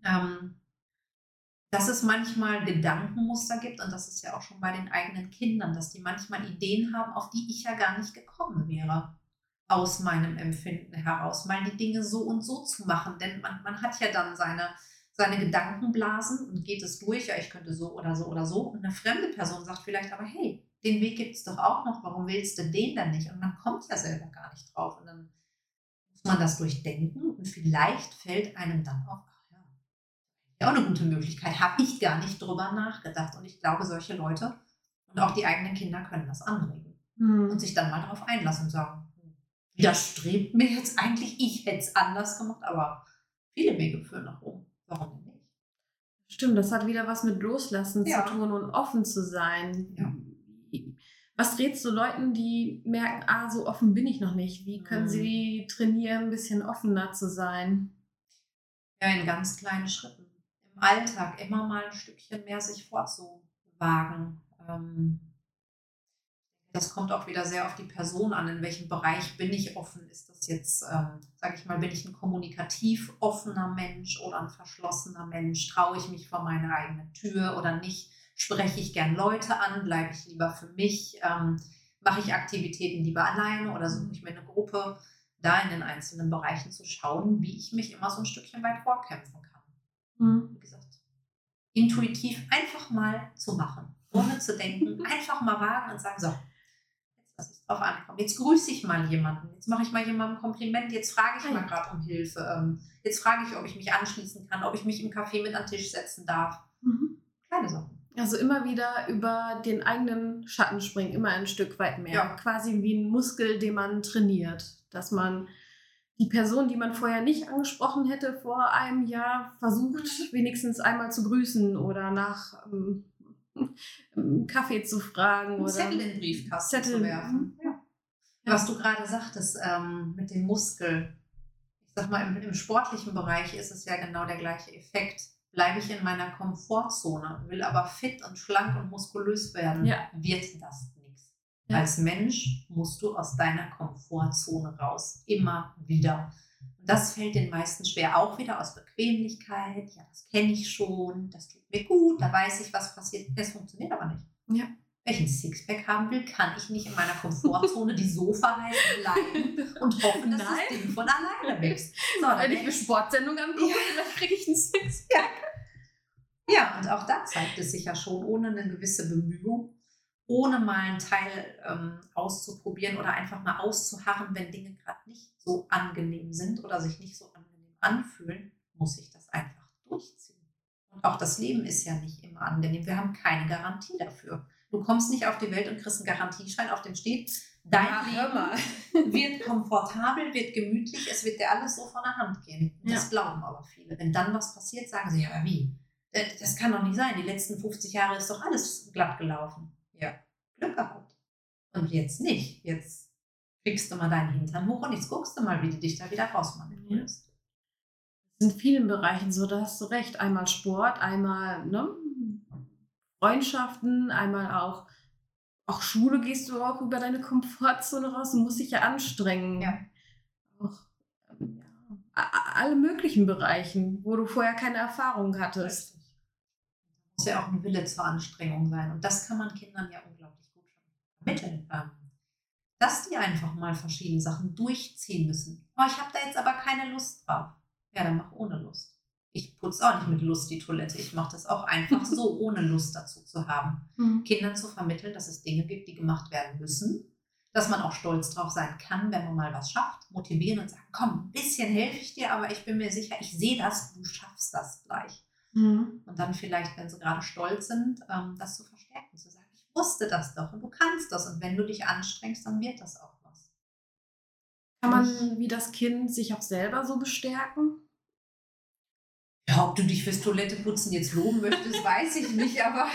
[SPEAKER 2] Dass es manchmal Gedankenmuster gibt und das ist ja auch schon bei den eigenen Kindern, dass die manchmal Ideen haben, auf die ich ja gar nicht gekommen wäre, aus meinem Empfinden heraus, mal die Dinge so und so zu machen, denn man hat ja dann seine Gedankenblasen und geht es durch, ja, ich könnte so oder so oder so und eine fremde Person sagt vielleicht aber, hey, den Weg gibt es doch auch noch, warum wählst du den denn nicht? Und man kommt ja selber gar nicht drauf und dann muss man das durchdenken und vielleicht fällt einem dann auf, ja, auch eine gute Möglichkeit. Habe ich gar nicht drüber nachgedacht. Und ich glaube, solche Leute und auch die eigenen Kinder können das anregen. Und sich dann mal darauf einlassen und sagen, widerstrebt mir jetzt eigentlich, ich hätte es anders gemacht, aber viele Wege führen nach oben. Warum denn nicht?
[SPEAKER 1] Stimmt, das hat wieder was mit Loslassen zu tun und offen zu sein.
[SPEAKER 2] Ja.
[SPEAKER 1] Was rätst du Leuten, die merken, so offen bin ich noch nicht? Wie können sie trainieren, ein bisschen offener zu sein?
[SPEAKER 2] Ja, in ganz kleinen Schritten. Im Alltag immer mal ein Stückchen mehr sich vorzuwagen. Das kommt auch wieder sehr auf die Person an, in welchem Bereich bin ich offen. Ist das jetzt, sage ich mal, bin ich ein kommunikativ offener Mensch oder ein verschlossener Mensch? Traue ich mich vor meine eigene Tür oder nicht? Spreche ich gern Leute an? Bleibe ich lieber für mich? Mache ich Aktivitäten lieber alleine oder suche ich mir eine Gruppe? Da in den einzelnen Bereichen zu schauen, wie ich mich immer so ein Stückchen weit vorkämpfen kann. Wie gesagt, intuitiv einfach mal zu machen, ohne zu denken, einfach mal wagen und sagen, so, jetzt lasse ich es drauf ankommen, jetzt grüße ich mal jemanden, jetzt mache ich mal jemandem ein Kompliment, jetzt frage ich mal gerade um Hilfe, jetzt frage ich, ob ich mich anschließen kann, ob ich mich im Café mit an den Tisch setzen darf. Kleine Sachen.
[SPEAKER 1] Also immer wieder über den eigenen Schatten springen, immer ein Stück weit mehr.
[SPEAKER 2] Ja.
[SPEAKER 1] Quasi wie ein Muskel, den man trainiert. Dass man die Person, die man vorher nicht angesprochen hätte, vor einem Jahr versucht, wenigstens einmal zu grüßen oder nach Kaffee zu fragen.
[SPEAKER 2] Einen
[SPEAKER 1] oder
[SPEAKER 2] Zettel in den Briefkasten zu werfen. Ja. Was du gerade sagtest mit dem Muskel. Ich sag mal, im sportlichen Bereich ist es ja genau der gleiche Effekt. Bleibe ich in meiner Komfortzone, will aber fit und schlank und muskulös werden, wird das nichts. Ja. Als Mensch musst du aus deiner Komfortzone raus, immer wieder. Und das fällt den meisten schwer, auch wieder aus Bequemlichkeit. Ja, das kenne ich schon, das tut mir gut, da weiß ich, was passiert. Es funktioniert aber nicht.
[SPEAKER 1] Ja.
[SPEAKER 2] Wenn ich ein Sixpack haben will, kann ich nicht in meiner Komfortzone die Sofa halten bleiben und hoffen, dass das Ding von alleine wächst. So,
[SPEAKER 1] wenn ich eine Sportsendung angucke, dann kriege ich ein Sixpack.
[SPEAKER 2] Ja, und auch da zeigt es sich ja schon, ohne eine gewisse Bemühung, ohne mal einen Teil auszuprobieren oder einfach mal auszuharren, wenn Dinge gerade nicht so angenehm sind oder sich nicht so angenehm anfühlen, muss ich das einfach durchziehen. Und auch das Leben ist ja nicht immer angenehm. Wir haben keine Garantie dafür. Du kommst nicht auf die Welt und kriegst einen Garantieschein, auf dem steht, dein Leben wird komfortabel, wird gemütlich, es wird dir alles so von der Hand gehen. Und das glauben aber viele. Wenn dann was passiert, sagen sie, ja, wie? Das kann doch nicht sein. Die letzten 50 Jahre ist doch alles glatt gelaufen. Ja, Glück gehabt. Und jetzt nicht. Jetzt kriegst du mal deinen Hintern hoch und jetzt guckst du mal, wie du dich da wieder rausmanövrierst.
[SPEAKER 1] in vielen Bereichen so, da hast du recht. Einmal Sport, einmal, ne, Freundschaften, einmal auch Schule gehst du auch über deine Komfortzone raus. Du musst dich ja
[SPEAKER 2] Ja,
[SPEAKER 1] anstrengen. Auch, ja, alle möglichen Bereichen, wo du vorher keine Erfahrung hattest.
[SPEAKER 2] richtig. Muss ja auch ein Wille zur Anstrengung sein. Und das kann man Kindern ja unglaublich gut schon vermitteln, dass die einfach mal verschiedene Sachen durchziehen müssen. Oh, ich habe da jetzt aber keine Lust drauf. Ja, dann mach ohne Lust. Ich putze auch nicht mit Lust die Toilette. Ich mache das auch einfach so, ohne Lust dazu zu haben.
[SPEAKER 1] Mhm.
[SPEAKER 2] Kindern zu vermitteln, dass es Dinge gibt, die gemacht werden müssen, dass man auch stolz drauf sein kann, wenn man mal was schafft, motivieren und sagen, komm, ein bisschen helfe ich dir, aber ich bin mir sicher, ich sehe das, du schaffst das gleich.
[SPEAKER 1] Mhm.
[SPEAKER 2] Und dann vielleicht, wenn sie gerade stolz sind, das zu verstärken, zu sagen, ich wusste das doch und du kannst das. Und wenn du dich anstrengst, dann wird das auch was.
[SPEAKER 1] Kann man
[SPEAKER 2] Nicht,
[SPEAKER 1] wie das Kind sich auch selber so bestärken?
[SPEAKER 2] ja, ob du dich fürs Toiletteputzen jetzt loben möchtest, weiß ich nicht, aber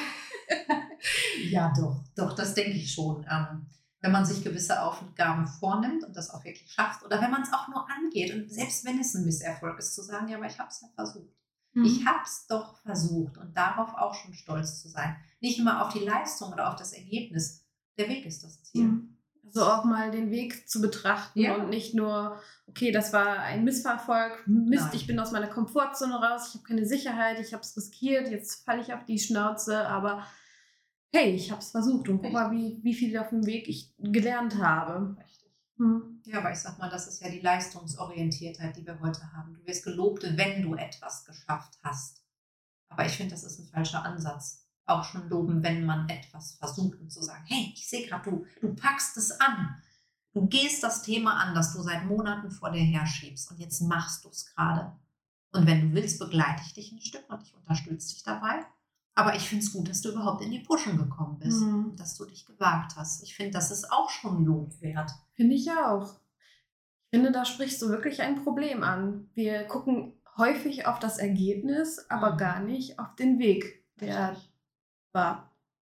[SPEAKER 2] ja, doch, das denke ich schon. Wenn man sich gewisse Aufgaben vornimmt und das auch wirklich schafft oder wenn man es auch nur angeht und selbst wenn es ein Misserfolg ist, zu sagen, ja, aber ich habe es ja versucht. Ich
[SPEAKER 1] Mhm.
[SPEAKER 2] habe es doch versucht und darauf auch schon stolz zu sein. Nicht immer auf die Leistung oder auf das Ergebnis. Der Weg ist das Ziel.
[SPEAKER 1] Mhm. Also auch mal den Weg zu betrachten
[SPEAKER 2] Ja.
[SPEAKER 1] und nicht nur, okay, das war ein Misserfolg, Mist,
[SPEAKER 2] Nein.
[SPEAKER 1] ich bin aus meiner Komfortzone raus, ich habe keine Sicherheit, ich habe es riskiert, jetzt falle ich auf die Schnauze, aber hey, ich habe es versucht und guck mal, wie viel auf dem Weg ich gelernt habe.
[SPEAKER 2] Richtig.
[SPEAKER 1] Mhm.
[SPEAKER 2] Ja, aber ich sag mal, das ist ja die Leistungsorientiertheit, die wir heute haben. Du wirst gelobt, wenn du etwas geschafft hast. Aber ich finde, das ist ein falscher Ansatz. Auch schon loben, wenn man etwas versucht und zu sagen, hey, ich sehe gerade, du packst es an. Du gehst das Thema an, das du seit Monaten vor dir herschiebst und jetzt machst du es gerade. Und wenn du willst, begleite ich dich ein Stück und ich unterstütze dich dabei. Aber ich finde es gut, dass du überhaupt in die Pushen gekommen bist
[SPEAKER 1] Mhm.
[SPEAKER 2] und dass du dich gewagt hast. Ich finde, das ist auch schon Lob wert.
[SPEAKER 1] Finde ich auch. Ich finde, da sprichst du wirklich ein Problem an. Wir gucken häufig auf das Ergebnis, aber gar nicht auf den Weg, der
[SPEAKER 2] Richtig.
[SPEAKER 1] war.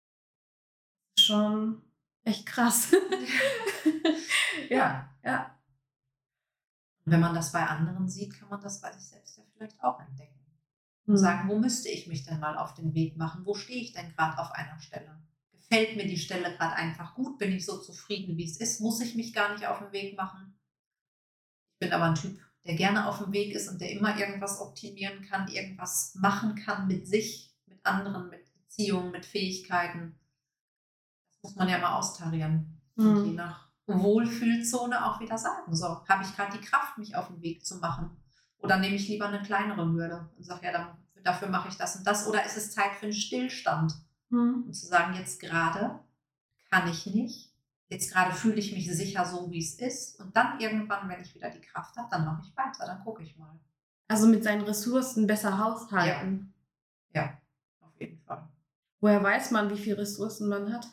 [SPEAKER 1] Schon echt krass. Ja, ja.
[SPEAKER 2] Und wenn man das bei anderen sieht, kann man das bei sich selbst ja vielleicht auch entdecken. Und
[SPEAKER 1] Mhm.
[SPEAKER 2] sagen, wo müsste ich mich denn mal auf den Weg machen? Wo stehe ich denn gerade auf einer Stelle? Gefällt mir die Stelle gerade einfach gut? Bin ich so zufrieden, wie es ist? Muss ich mich gar nicht auf den Weg machen? Ich bin aber ein Typ, der gerne auf dem Weg ist und der immer irgendwas optimieren kann, irgendwas machen kann mit sich, mit anderen, mit Beziehungen, mit Fähigkeiten. Das muss man ja mal austarieren. Und je
[SPEAKER 1] Mhm.
[SPEAKER 2] nach Wohlfühlzone auch wieder sagen, so, habe ich gerade die Kraft, mich auf den Weg zu machen? Oder nehme ich lieber eine kleinere Hürde und sage, ja, dafür mache ich das und das? Oder ist es Zeit für einen Stillstand?
[SPEAKER 1] Mhm.
[SPEAKER 2] Und zu sagen, jetzt gerade kann ich nicht. Jetzt gerade fühle ich mich sicher so, wie es ist. Und dann irgendwann, wenn ich wieder die Kraft habe, dann mache ich weiter, dann gucke ich mal.
[SPEAKER 1] Also mit seinen Ressourcen besser haushalten.
[SPEAKER 2] Ja, auf jeden Fall.
[SPEAKER 1] Woher weiß man, wie viele Ressourcen man hat?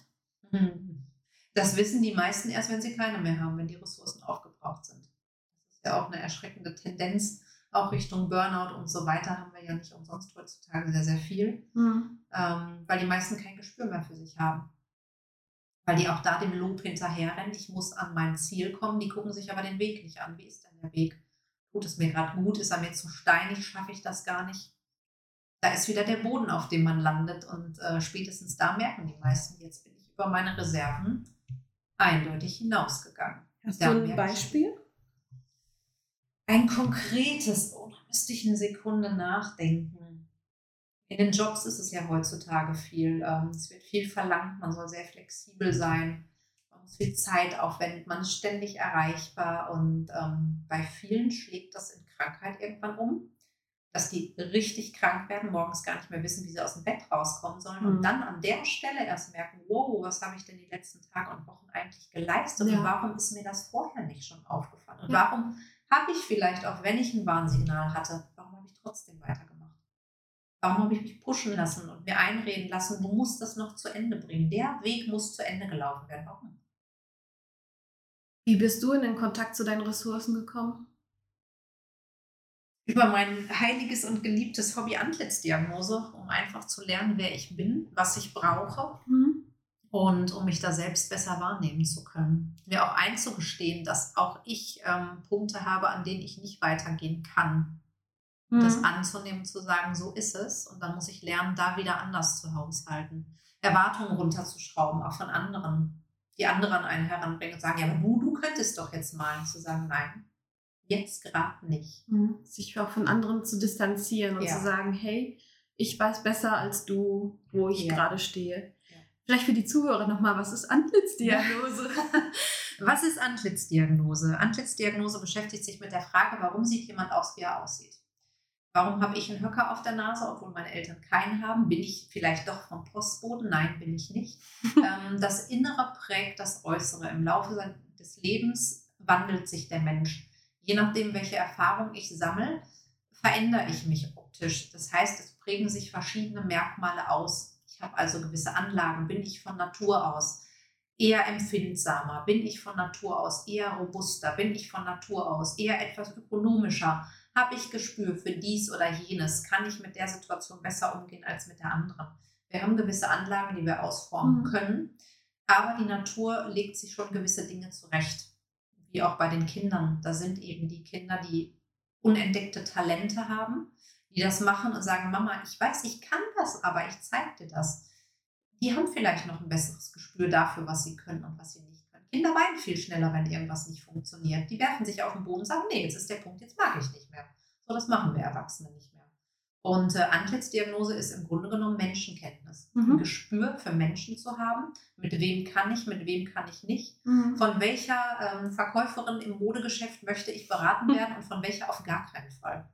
[SPEAKER 2] Das wissen die meisten erst, wenn sie keine mehr haben, wenn die Ressourcen aufgebraucht sind. Das ist ja auch eine erschreckende Tendenz, auch Richtung Burnout und so weiter haben wir ja nicht umsonst heutzutage sehr, sehr viel,
[SPEAKER 1] Mhm.
[SPEAKER 2] weil die meisten kein Gespür mehr für sich haben. Weil die auch da dem Lob hinterherrennen, ich muss an mein Ziel kommen, die gucken sich aber den Weg nicht an. Wie ist denn der Weg? Tut es mir gerade gut? Ist er mir zu steinig? Schaffe ich das gar nicht? Da ist wieder der Boden, auf dem man landet und spätestens da merken die meisten, jetzt bin ich über meine Reserven eindeutig hinausgegangen.
[SPEAKER 1] Hast
[SPEAKER 2] Da
[SPEAKER 1] du ein
[SPEAKER 2] merke ich
[SPEAKER 1] Beispiel?
[SPEAKER 2] ein konkretes, oh, da müsste ich eine Sekunde nachdenken. In den Jobs ist es ja heutzutage viel. Es wird viel verlangt, man soll sehr flexibel sein, man muss viel Zeit aufwenden, man ist ständig erreichbar und bei vielen schlägt das in Krankheit irgendwann um, dass die richtig krank werden, morgens gar nicht mehr wissen, wie sie aus dem Bett rauskommen sollen und
[SPEAKER 1] Mhm.
[SPEAKER 2] dann an der Stelle erst merken, wow, was habe ich denn die letzten Tage und Wochen eigentlich geleistet
[SPEAKER 1] Ja.
[SPEAKER 2] und warum ist mir das vorher nicht schon aufgefallen und
[SPEAKER 1] Ja.
[SPEAKER 2] warum habe ich vielleicht, auch wenn ich ein Warnsignal hatte, warum habe ich trotzdem weitergemacht? Warum habe ich mich pushen lassen und mir einreden lassen, du musst das noch zu Ende bringen. Der Weg muss zu Ende gelaufen werden. Warum?
[SPEAKER 1] Wie bist du in den Kontakt zu deinen Ressourcen gekommen?
[SPEAKER 2] Über mein heiliges und geliebtes Hobby Antlitzdiagnose, um einfach zu lernen, wer ich bin, was ich brauche
[SPEAKER 1] Mhm.
[SPEAKER 2] und um mich da selbst besser wahrnehmen zu können. Mir auch einzugestehen, dass auch ich Punkte habe, an denen ich nicht weitergehen kann. Das anzunehmen, zu sagen, so ist es. Und dann muss ich lernen, da wieder anders zu haushalten. Erwartungen runterzuschrauben, auch von anderen. Die anderen an einen heranbringen und sagen, ja, aber du könntest doch jetzt mal. Und zu sagen, nein, jetzt gerade nicht.
[SPEAKER 1] Sich auch von anderen zu distanzieren und
[SPEAKER 2] Ja.
[SPEAKER 1] zu sagen, hey, ich weiß besser als du, wo ich
[SPEAKER 2] Ja.
[SPEAKER 1] gerade stehe.
[SPEAKER 2] Ja.
[SPEAKER 1] Vielleicht für die Zuhörer nochmal, was ist Antlitzdiagnose?
[SPEAKER 2] Was ist Antlitzdiagnose? Antlitzdiagnose beschäftigt sich mit der Frage, warum sieht jemand aus, wie er aussieht? Warum habe ich einen Höcker auf der Nase, obwohl meine Eltern keinen haben? Bin ich vielleicht doch vom Postboten? Nein, bin ich nicht. Das Innere prägt das Äußere. Im Laufe des Lebens wandelt sich der Mensch. Je nachdem, welche Erfahrung ich sammle, verändere ich mich optisch. Das heißt, es prägen sich verschiedene Merkmale aus. Ich habe also gewisse Anlagen. Bin ich von Natur aus eher empfindsamer? Bin ich von Natur aus eher robuster? Bin ich von Natur aus eher etwas ökonomischer? Habe ich Gespür für dies oder jenes? Kann ich mit der Situation besser umgehen als mit der anderen? Wir haben gewisse Anlagen, die wir ausformen können, aber die Natur legt sich schon gewisse Dinge zurecht. Wie auch bei den Kindern. Da sind eben die Kinder, die unentdeckte Talente haben, die das machen und sagen, Mama, ich weiß, ich kann das, aber ich zeige dir das. Die haben vielleicht noch ein besseres Gespür dafür, was sie können und was sie nicht können. Kinder weinen viel schneller, wenn irgendwas nicht funktioniert. Die werfen sich auf den Boden und sagen, nee, jetzt ist der Punkt, jetzt mag ich nicht mehr. So, das machen wir Erwachsene nicht mehr. Und Antlitzdiagnose ist im Grunde genommen Menschenkenntnis. Ein Gespür für Menschen zu haben, mit wem kann ich nicht. Von welcher Verkäuferin im Modegeschäft möchte ich beraten werden und von welcher auf gar keinen Fall.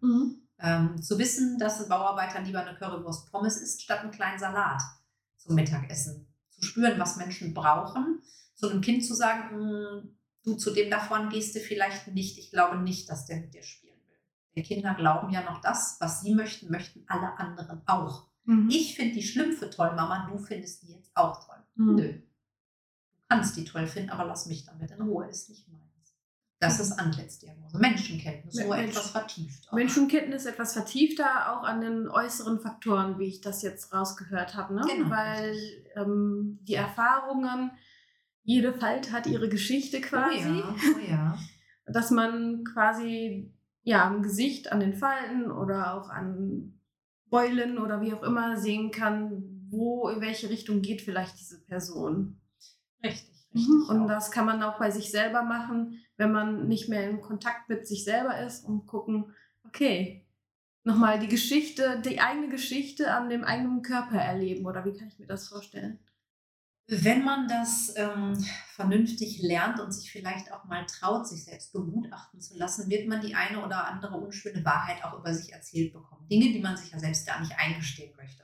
[SPEAKER 2] Zu wissen, dass ein Bauarbeiter lieber eine Currywurst Pommes isst, statt einen kleinen Salat zum Mittagessen. Zu spüren, was Menschen brauchen. Zu einem Kind zu sagen, du, zu dem da vorne gehst du vielleicht nicht. Ich glaube nicht, dass der mit dir spielen will. Die Kinder glauben ja noch das, was sie möchten, möchten alle anderen auch. Ich finde die Schlümpfe toll, Mama, du findest die jetzt auch toll. Nö. Du kannst die toll finden, aber lass mich damit in Ruhe, ist nicht meins. Das ist Antlitzdiagnose. Menschenkenntnis, nur etwas vertiefter.
[SPEAKER 1] Menschenkenntnis etwas vertiefter, auch an den äußeren Faktoren, wie ich das jetzt rausgehört habe. Ne?
[SPEAKER 2] Genau.
[SPEAKER 1] Weil die Erfahrungen, jede Falte hat ihre Geschichte quasi.
[SPEAKER 2] Oh ja.
[SPEAKER 1] Dass man quasi am Gesicht, an den Falten oder auch an Beulen oder wie auch immer sehen kann, wo, in welche Richtung geht vielleicht diese Person.
[SPEAKER 2] Richtig.
[SPEAKER 1] Und das kann man auch bei sich selber machen, wenn man nicht mehr in Kontakt mit sich selber ist und gucken, okay, nochmal die eigene Geschichte an dem eigenen Körper erleben, oder wie kann ich mir das vorstellen?
[SPEAKER 2] Wenn man das vernünftig lernt und sich vielleicht auch mal traut, sich selbst begutachten zu lassen, wird man die eine oder andere unschöne Wahrheit auch über sich erzählt bekommen. Dinge, die man sich ja selbst gar nicht eingestehen möchte.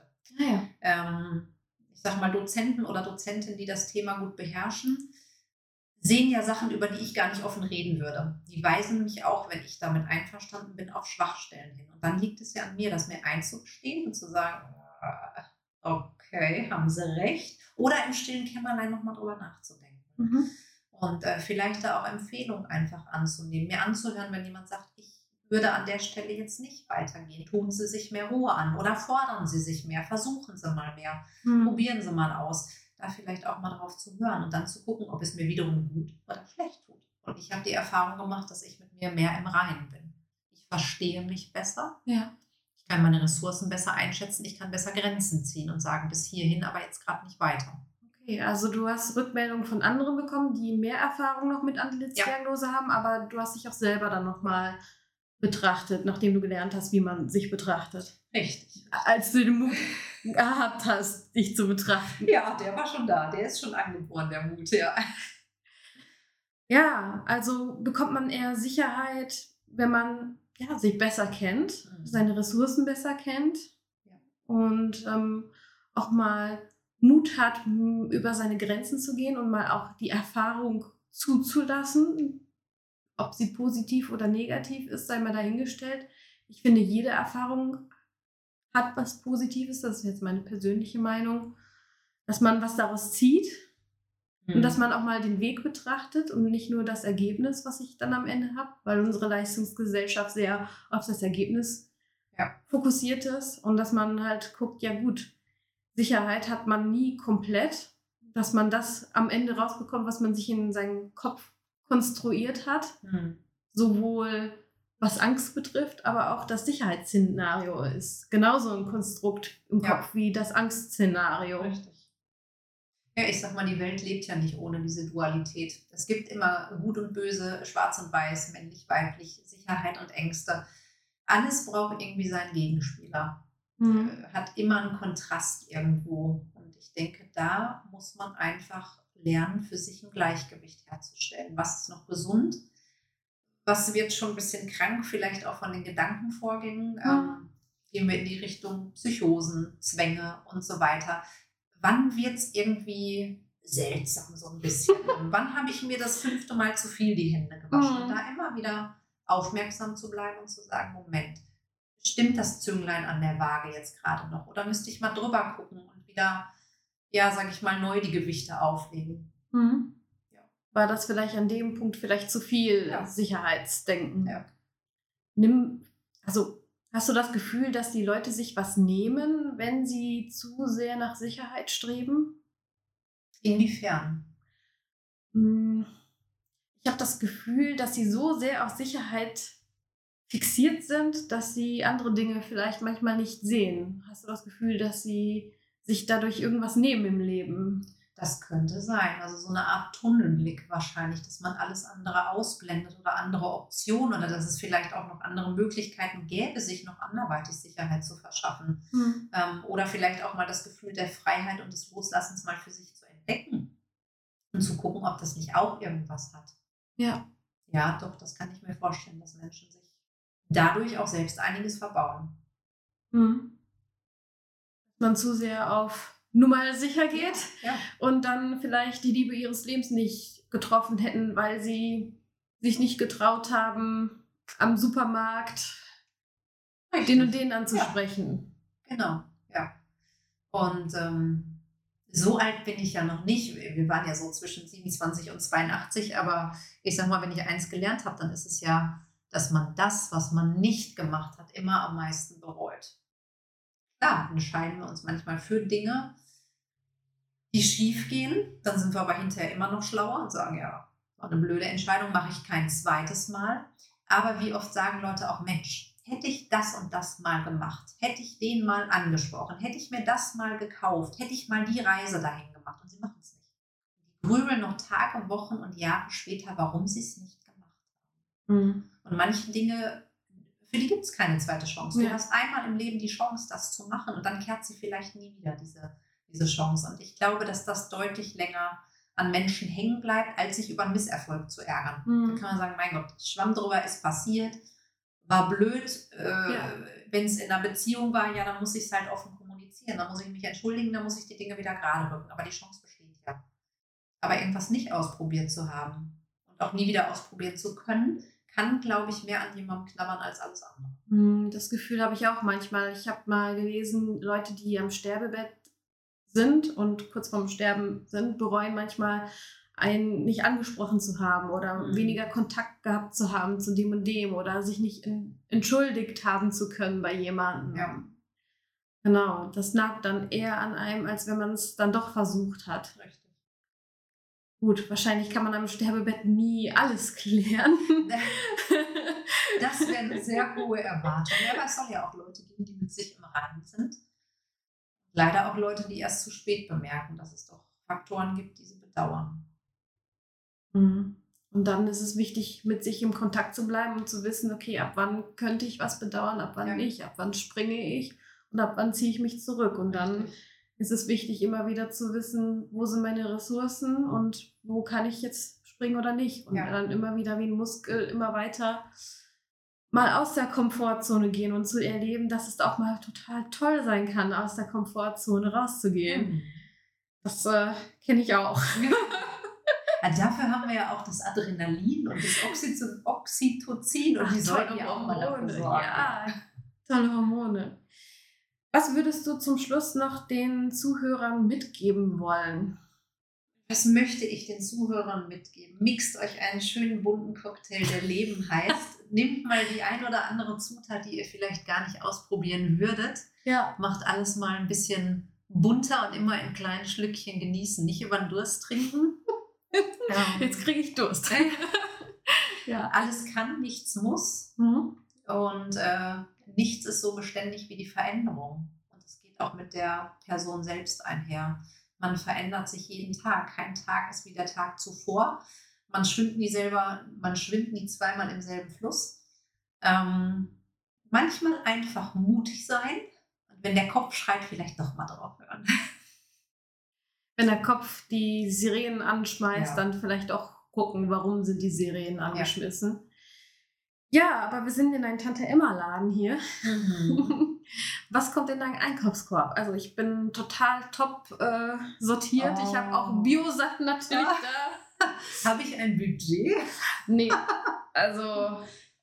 [SPEAKER 2] Ich sag mal, Dozenten oder Dozentinnen, die das Thema gut beherrschen, sehen ja Sachen, über die ich gar nicht offen reden würde. Die weisen mich auch, wenn ich damit einverstanden bin, auf Schwachstellen hin. Und dann liegt es ja an mir, das mir einzugestehen und zu sagen, okay, haben Sie recht. Oder im stillen Kämmerlein nochmal drüber nachzudenken. Und vielleicht da auch Empfehlungen einfach anzunehmen, mir anzuhören, wenn jemand sagt, ich würde an der Stelle jetzt nicht weitergehen. Tun Sie sich mehr Ruhe an oder fordern Sie sich mehr, versuchen Sie mal mehr, probieren Sie mal aus. Da vielleicht auch mal drauf zu hören und dann zu gucken, ob es mir wiederum gut oder schlecht tut. Und ich habe die Erfahrung gemacht, dass ich mit mir mehr im Reinen bin. Ich verstehe mich besser.
[SPEAKER 1] Ja.
[SPEAKER 2] Ich kann meine Ressourcen besser einschätzen. Ich kann besser Grenzen ziehen und sagen, bis hierhin, aber jetzt gerade nicht weiter.
[SPEAKER 1] Okay, also du hast Rückmeldungen von anderen bekommen, die mehr Erfahrung noch mit Antlitzdiagnose haben, aber du hast dich auch selber dann nochmal betrachtet, nachdem du gelernt hast, wie man sich betrachtet.
[SPEAKER 2] Richtig.
[SPEAKER 1] Als du den Mut gehabt hast, dich zu betrachten.
[SPEAKER 2] Ja, der war schon da. Der ist schon angeboren, der Mut, ja.
[SPEAKER 1] Ja, also bekommt man eher Sicherheit, wenn man sich besser kennt, seine Ressourcen besser kennt und auch mal Mut hat, über seine Grenzen zu gehen und mal auch die Erfahrung zuzulassen. Ob sie positiv oder negativ ist, sei mal dahingestellt. Ich finde, jede Erfahrung hat was Positives, das ist jetzt meine persönliche Meinung, dass man was daraus zieht und dass man auch mal den Weg betrachtet und nicht nur das Ergebnis, was ich dann am Ende habe, weil unsere Leistungsgesellschaft sehr auf das Ergebnis fokussiert ist und dass man halt guckt, ja gut, Sicherheit hat man nie komplett, dass man das am Ende rausbekommt, was man sich in seinen Kopf konstruiert hat, sowohl was Angst betrifft, aber auch das Sicherheitsszenario ist genauso ein Konstrukt im Kopf wie das Angstszenario.
[SPEAKER 2] Richtig. Ja, ich sag mal, die Welt lebt ja nicht ohne diese Dualität. Es gibt immer Gut und Böse, Schwarz und Weiß, männlich, weiblich, Sicherheit und Ängste. Alles braucht irgendwie seinen Gegenspieler. Hat immer einen Kontrast irgendwo. Und ich denke, da muss man einfach lernen, für sich ein Gleichgewicht herzustellen. Was ist noch gesund? Was wird schon ein bisschen krank, vielleicht auch von den Gedankenvorgängen? Gehen wir in die Richtung Psychosen, Zwänge und so weiter. Wann wird es irgendwie seltsam so ein bisschen? Wann habe ich mir das 5. Mal zu viel die Hände gewaschen? Und da immer wieder aufmerksam zu bleiben und zu sagen, Moment, stimmt das Zünglein an der Waage jetzt gerade noch? Oder müsste ich mal drüber gucken und wieder, ja, sage ich mal, neu die Gewichte auflegen?
[SPEAKER 1] Ja. War das vielleicht an dem Punkt vielleicht zu viel Sicherheitsdenken?
[SPEAKER 2] Ja.
[SPEAKER 1] Hast du das Gefühl, dass die Leute sich was nehmen, wenn sie zu sehr nach Sicherheit streben?
[SPEAKER 2] Inwiefern?
[SPEAKER 1] Ich habe das Gefühl, dass sie so sehr auf Sicherheit fixiert sind, dass sie andere Dinge vielleicht manchmal nicht sehen. Hast du das Gefühl, dass sie sich dadurch irgendwas nehmen im Leben?
[SPEAKER 2] Das könnte sein. Also so eine Art Tunnelblick wahrscheinlich, dass man alles andere ausblendet oder andere Optionen oder dass es vielleicht auch noch andere Möglichkeiten gäbe, sich noch anderweitig Sicherheit zu verschaffen. Oder vielleicht auch mal das Gefühl der Freiheit und des Loslassens mal für sich zu entdecken und zu gucken, ob das nicht auch irgendwas hat.
[SPEAKER 1] Ja.
[SPEAKER 2] Ja, doch, das kann ich mir vorstellen, dass Menschen sich dadurch auch selbst einiges verbauen.
[SPEAKER 1] Dass man zu sehr auf Nummer sicher geht und dann vielleicht die Liebe ihres Lebens nicht getroffen hätten, weil sie sich nicht getraut haben, am Supermarkt den und den anzusprechen.
[SPEAKER 2] Ja. Genau, ja. Und so alt bin ich ja noch nicht. Wir waren ja so zwischen 27 und 82, aber ich sag mal, wenn ich eins gelernt habe, dann ist es ja, dass man das, was man nicht gemacht hat, immer am meisten bereut. Klar, entscheiden wir uns manchmal für Dinge, die schief gehen, dann sind wir aber hinterher immer noch schlauer und sagen, ja, war eine blöde Entscheidung, mache ich kein zweites Mal. Aber wie oft sagen Leute auch, Mensch, hätte ich das und das mal gemacht, hätte ich den mal angesprochen, hätte ich mir das mal gekauft, hätte ich mal die Reise dahin gemacht und sie machen es nicht. Die grübeln noch Tage, Wochen und Jahre später, warum sie es nicht gemacht haben. Und manche Dinge, für die gibt es keine zweite Chance. Du hast einmal im Leben die Chance, das zu machen und dann kehrt sie vielleicht nie wieder, diese Chance. Und ich glaube, dass das deutlich länger an Menschen hängen bleibt, als sich über einen Misserfolg zu ärgern. Da kann man sagen, mein Gott, Schwamm drüber, ist passiert, war blöd. Wenn es in einer Beziehung war, ja, dann muss ich es halt offen kommunizieren. Dann muss ich mich entschuldigen, dann muss ich die Dinge wieder gerade rücken. Aber die Chance besteht ja. Aber irgendwas nicht ausprobiert zu haben und auch nie wieder ausprobieren zu können, kann, glaube ich, mehr an jemandem knabbern als alles andere.
[SPEAKER 1] Das Gefühl habe ich auch manchmal. Ich habe mal gelesen, Leute, die am Sterbebett sind und kurz vorm Sterben sind, bereuen manchmal, einen nicht angesprochen zu haben oder weniger Kontakt gehabt zu haben zu dem und dem oder sich nicht entschuldigt haben zu können bei jemandem.
[SPEAKER 2] Ja.
[SPEAKER 1] Genau, das nagt dann eher an einem, als wenn man es dann doch versucht hat.
[SPEAKER 2] Richtig.
[SPEAKER 1] Gut, wahrscheinlich kann man am Sterbebett nie alles klären.
[SPEAKER 2] Das wäre eine sehr hohe Erwartung. Aber es soll ja auch Leute geben, die mit sich im Reinen sind. Leider auch Leute, die erst zu spät bemerken, dass es doch Faktoren gibt, die sie bedauern.
[SPEAKER 1] Und dann ist es wichtig, mit sich im Kontakt zu bleiben und zu wissen, okay, ab wann könnte ich was bedauern, ab wann nicht, ab wann springe ich und ab wann ziehe ich mich zurück. Und dann ist es wichtig, immer wieder zu wissen, wo sind meine Ressourcen und wo kann ich jetzt springen oder nicht. Und dann immer wieder wie ein Muskel immer weiter mal aus der Komfortzone gehen und zu erleben, dass es auch mal total toll sein kann, aus der Komfortzone rauszugehen. Das kenne ich auch.
[SPEAKER 2] Ja, dafür haben wir ja auch das Adrenalin und das Oxytocin und die sollten ja auch mal dafür sorgen.
[SPEAKER 1] Ja, tolle Hormone. Was würdest du zum Schluss noch den Zuhörern mitgeben wollen?
[SPEAKER 2] Was möchte ich den Zuhörern mitgeben? Mixt euch einen schönen bunten Cocktail, der Leben heißt. Nehmt mal die ein oder andere Zutat, die ihr vielleicht gar nicht ausprobieren würdet.
[SPEAKER 1] Ja.
[SPEAKER 2] Macht alles mal ein bisschen bunter und immer in kleinen Schlückchen genießen. Nicht über den Durst trinken.
[SPEAKER 1] Jetzt kriege ich Durst. Ja.
[SPEAKER 2] Alles kann, nichts muss.
[SPEAKER 1] Mhm.
[SPEAKER 2] Und nichts ist so beständig wie die Veränderung. Und es geht auch mit der Person selbst einher. Man verändert sich jeden Tag. Kein Tag ist wie der Tag zuvor. Man schwimmt nie zweimal im selben Fluss. Manchmal einfach mutig sein. Und wenn der Kopf schreit, vielleicht doch mal drauf hören.
[SPEAKER 1] Wenn der Kopf die Sirenen anschmeißt,
[SPEAKER 2] Ja.
[SPEAKER 1] dann vielleicht auch gucken, warum sind die Sirenen angeschmissen. Ja, aber wir sind in einem Tante-Emma-Laden hier.
[SPEAKER 2] Mhm.
[SPEAKER 1] Was kommt in deinen Einkaufskorb? Also ich bin total top sortiert. Ich habe auch
[SPEAKER 2] Oh.
[SPEAKER 1] Bio-Sachen natürlich
[SPEAKER 2] Ja.
[SPEAKER 1] da.
[SPEAKER 2] Habe ich ein Budget?
[SPEAKER 1] Nee, also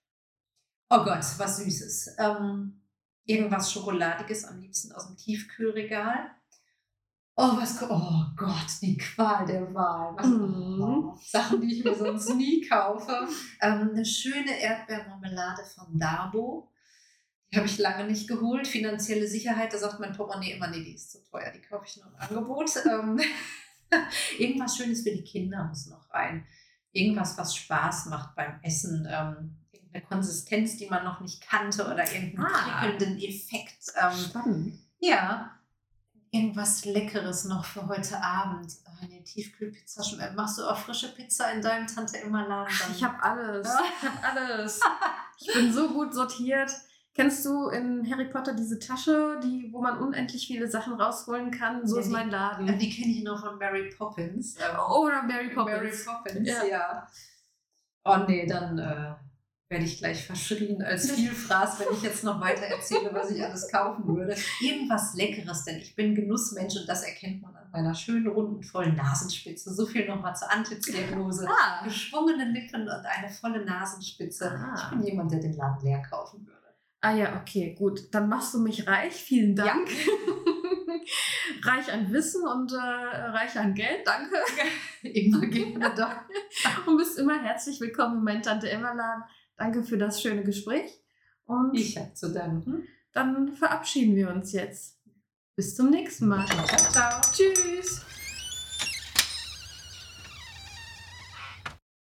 [SPEAKER 2] Oh Gott, was Süßes. Irgendwas Schokoladiges, am liebsten aus dem Tiefkühlregal. Oh Gott, die Qual der Wahl. Sachen, die ich mir sonst nie kaufe. Eine schöne Erdbeermarmelade von Dabo. Die habe ich lange nicht geholt. Finanzielle Sicherheit, da sagt mein Portemonnaie immer, nee, die ist zu teuer, die kaufe ich nur im Angebot. Irgendwas Schönes für die Kinder muss noch rein. Irgendwas, was Spaß macht beim Essen. Irgendeine Konsistenz, die man noch nicht kannte oder irgendeinen prickelnden Effekt.
[SPEAKER 1] spannend.
[SPEAKER 2] Ja, irgendwas Leckeres noch für heute Abend. Eine Tiefkühlpizza. Machst du auch frische Pizza in deinem Tante-Emma-Laden?
[SPEAKER 1] Ich habe alles.
[SPEAKER 2] Ja.
[SPEAKER 1] Ich habe alles. Ich bin so gut sortiert. Kennst du in Harry Potter diese Tasche, wo man unendlich viele Sachen rausholen kann? So
[SPEAKER 2] Ja,
[SPEAKER 1] ist mein Laden.
[SPEAKER 2] Die kenne ich noch von Mary Poppins.
[SPEAKER 1] Oder Mary Poppins.
[SPEAKER 2] Mary Poppins,
[SPEAKER 1] Ja.
[SPEAKER 2] ja. Oh nee, dann werde ich gleich verschrien als Vielfraß, wenn ich jetzt noch weiter erzähle, was ich alles kaufen würde. Irgendwas Leckeres, denn ich bin Genussmensch und das erkennt man an meiner schönen, runden, vollen Nasenspitze. So viel nochmal zur Antlitzdiagnose. Geschwungene Lippen und eine volle Nasenspitze. Ich bin jemand, der den Laden leer kaufen würde.
[SPEAKER 1] Ah ja, okay, gut. Dann machst du mich reich. Vielen Dank. Reich an Wissen und reich an Geld. Danke.
[SPEAKER 2] Immer gerne doch.
[SPEAKER 1] Und bist immer herzlich willkommen in meinem Tante-Emma-Laden. Danke für das schöne Gespräch. Und
[SPEAKER 2] Ich habe zu danken.
[SPEAKER 1] dann verabschieden wir uns jetzt. Bis zum nächsten Mal.
[SPEAKER 2] Ciao, ciao.
[SPEAKER 1] Tschüss.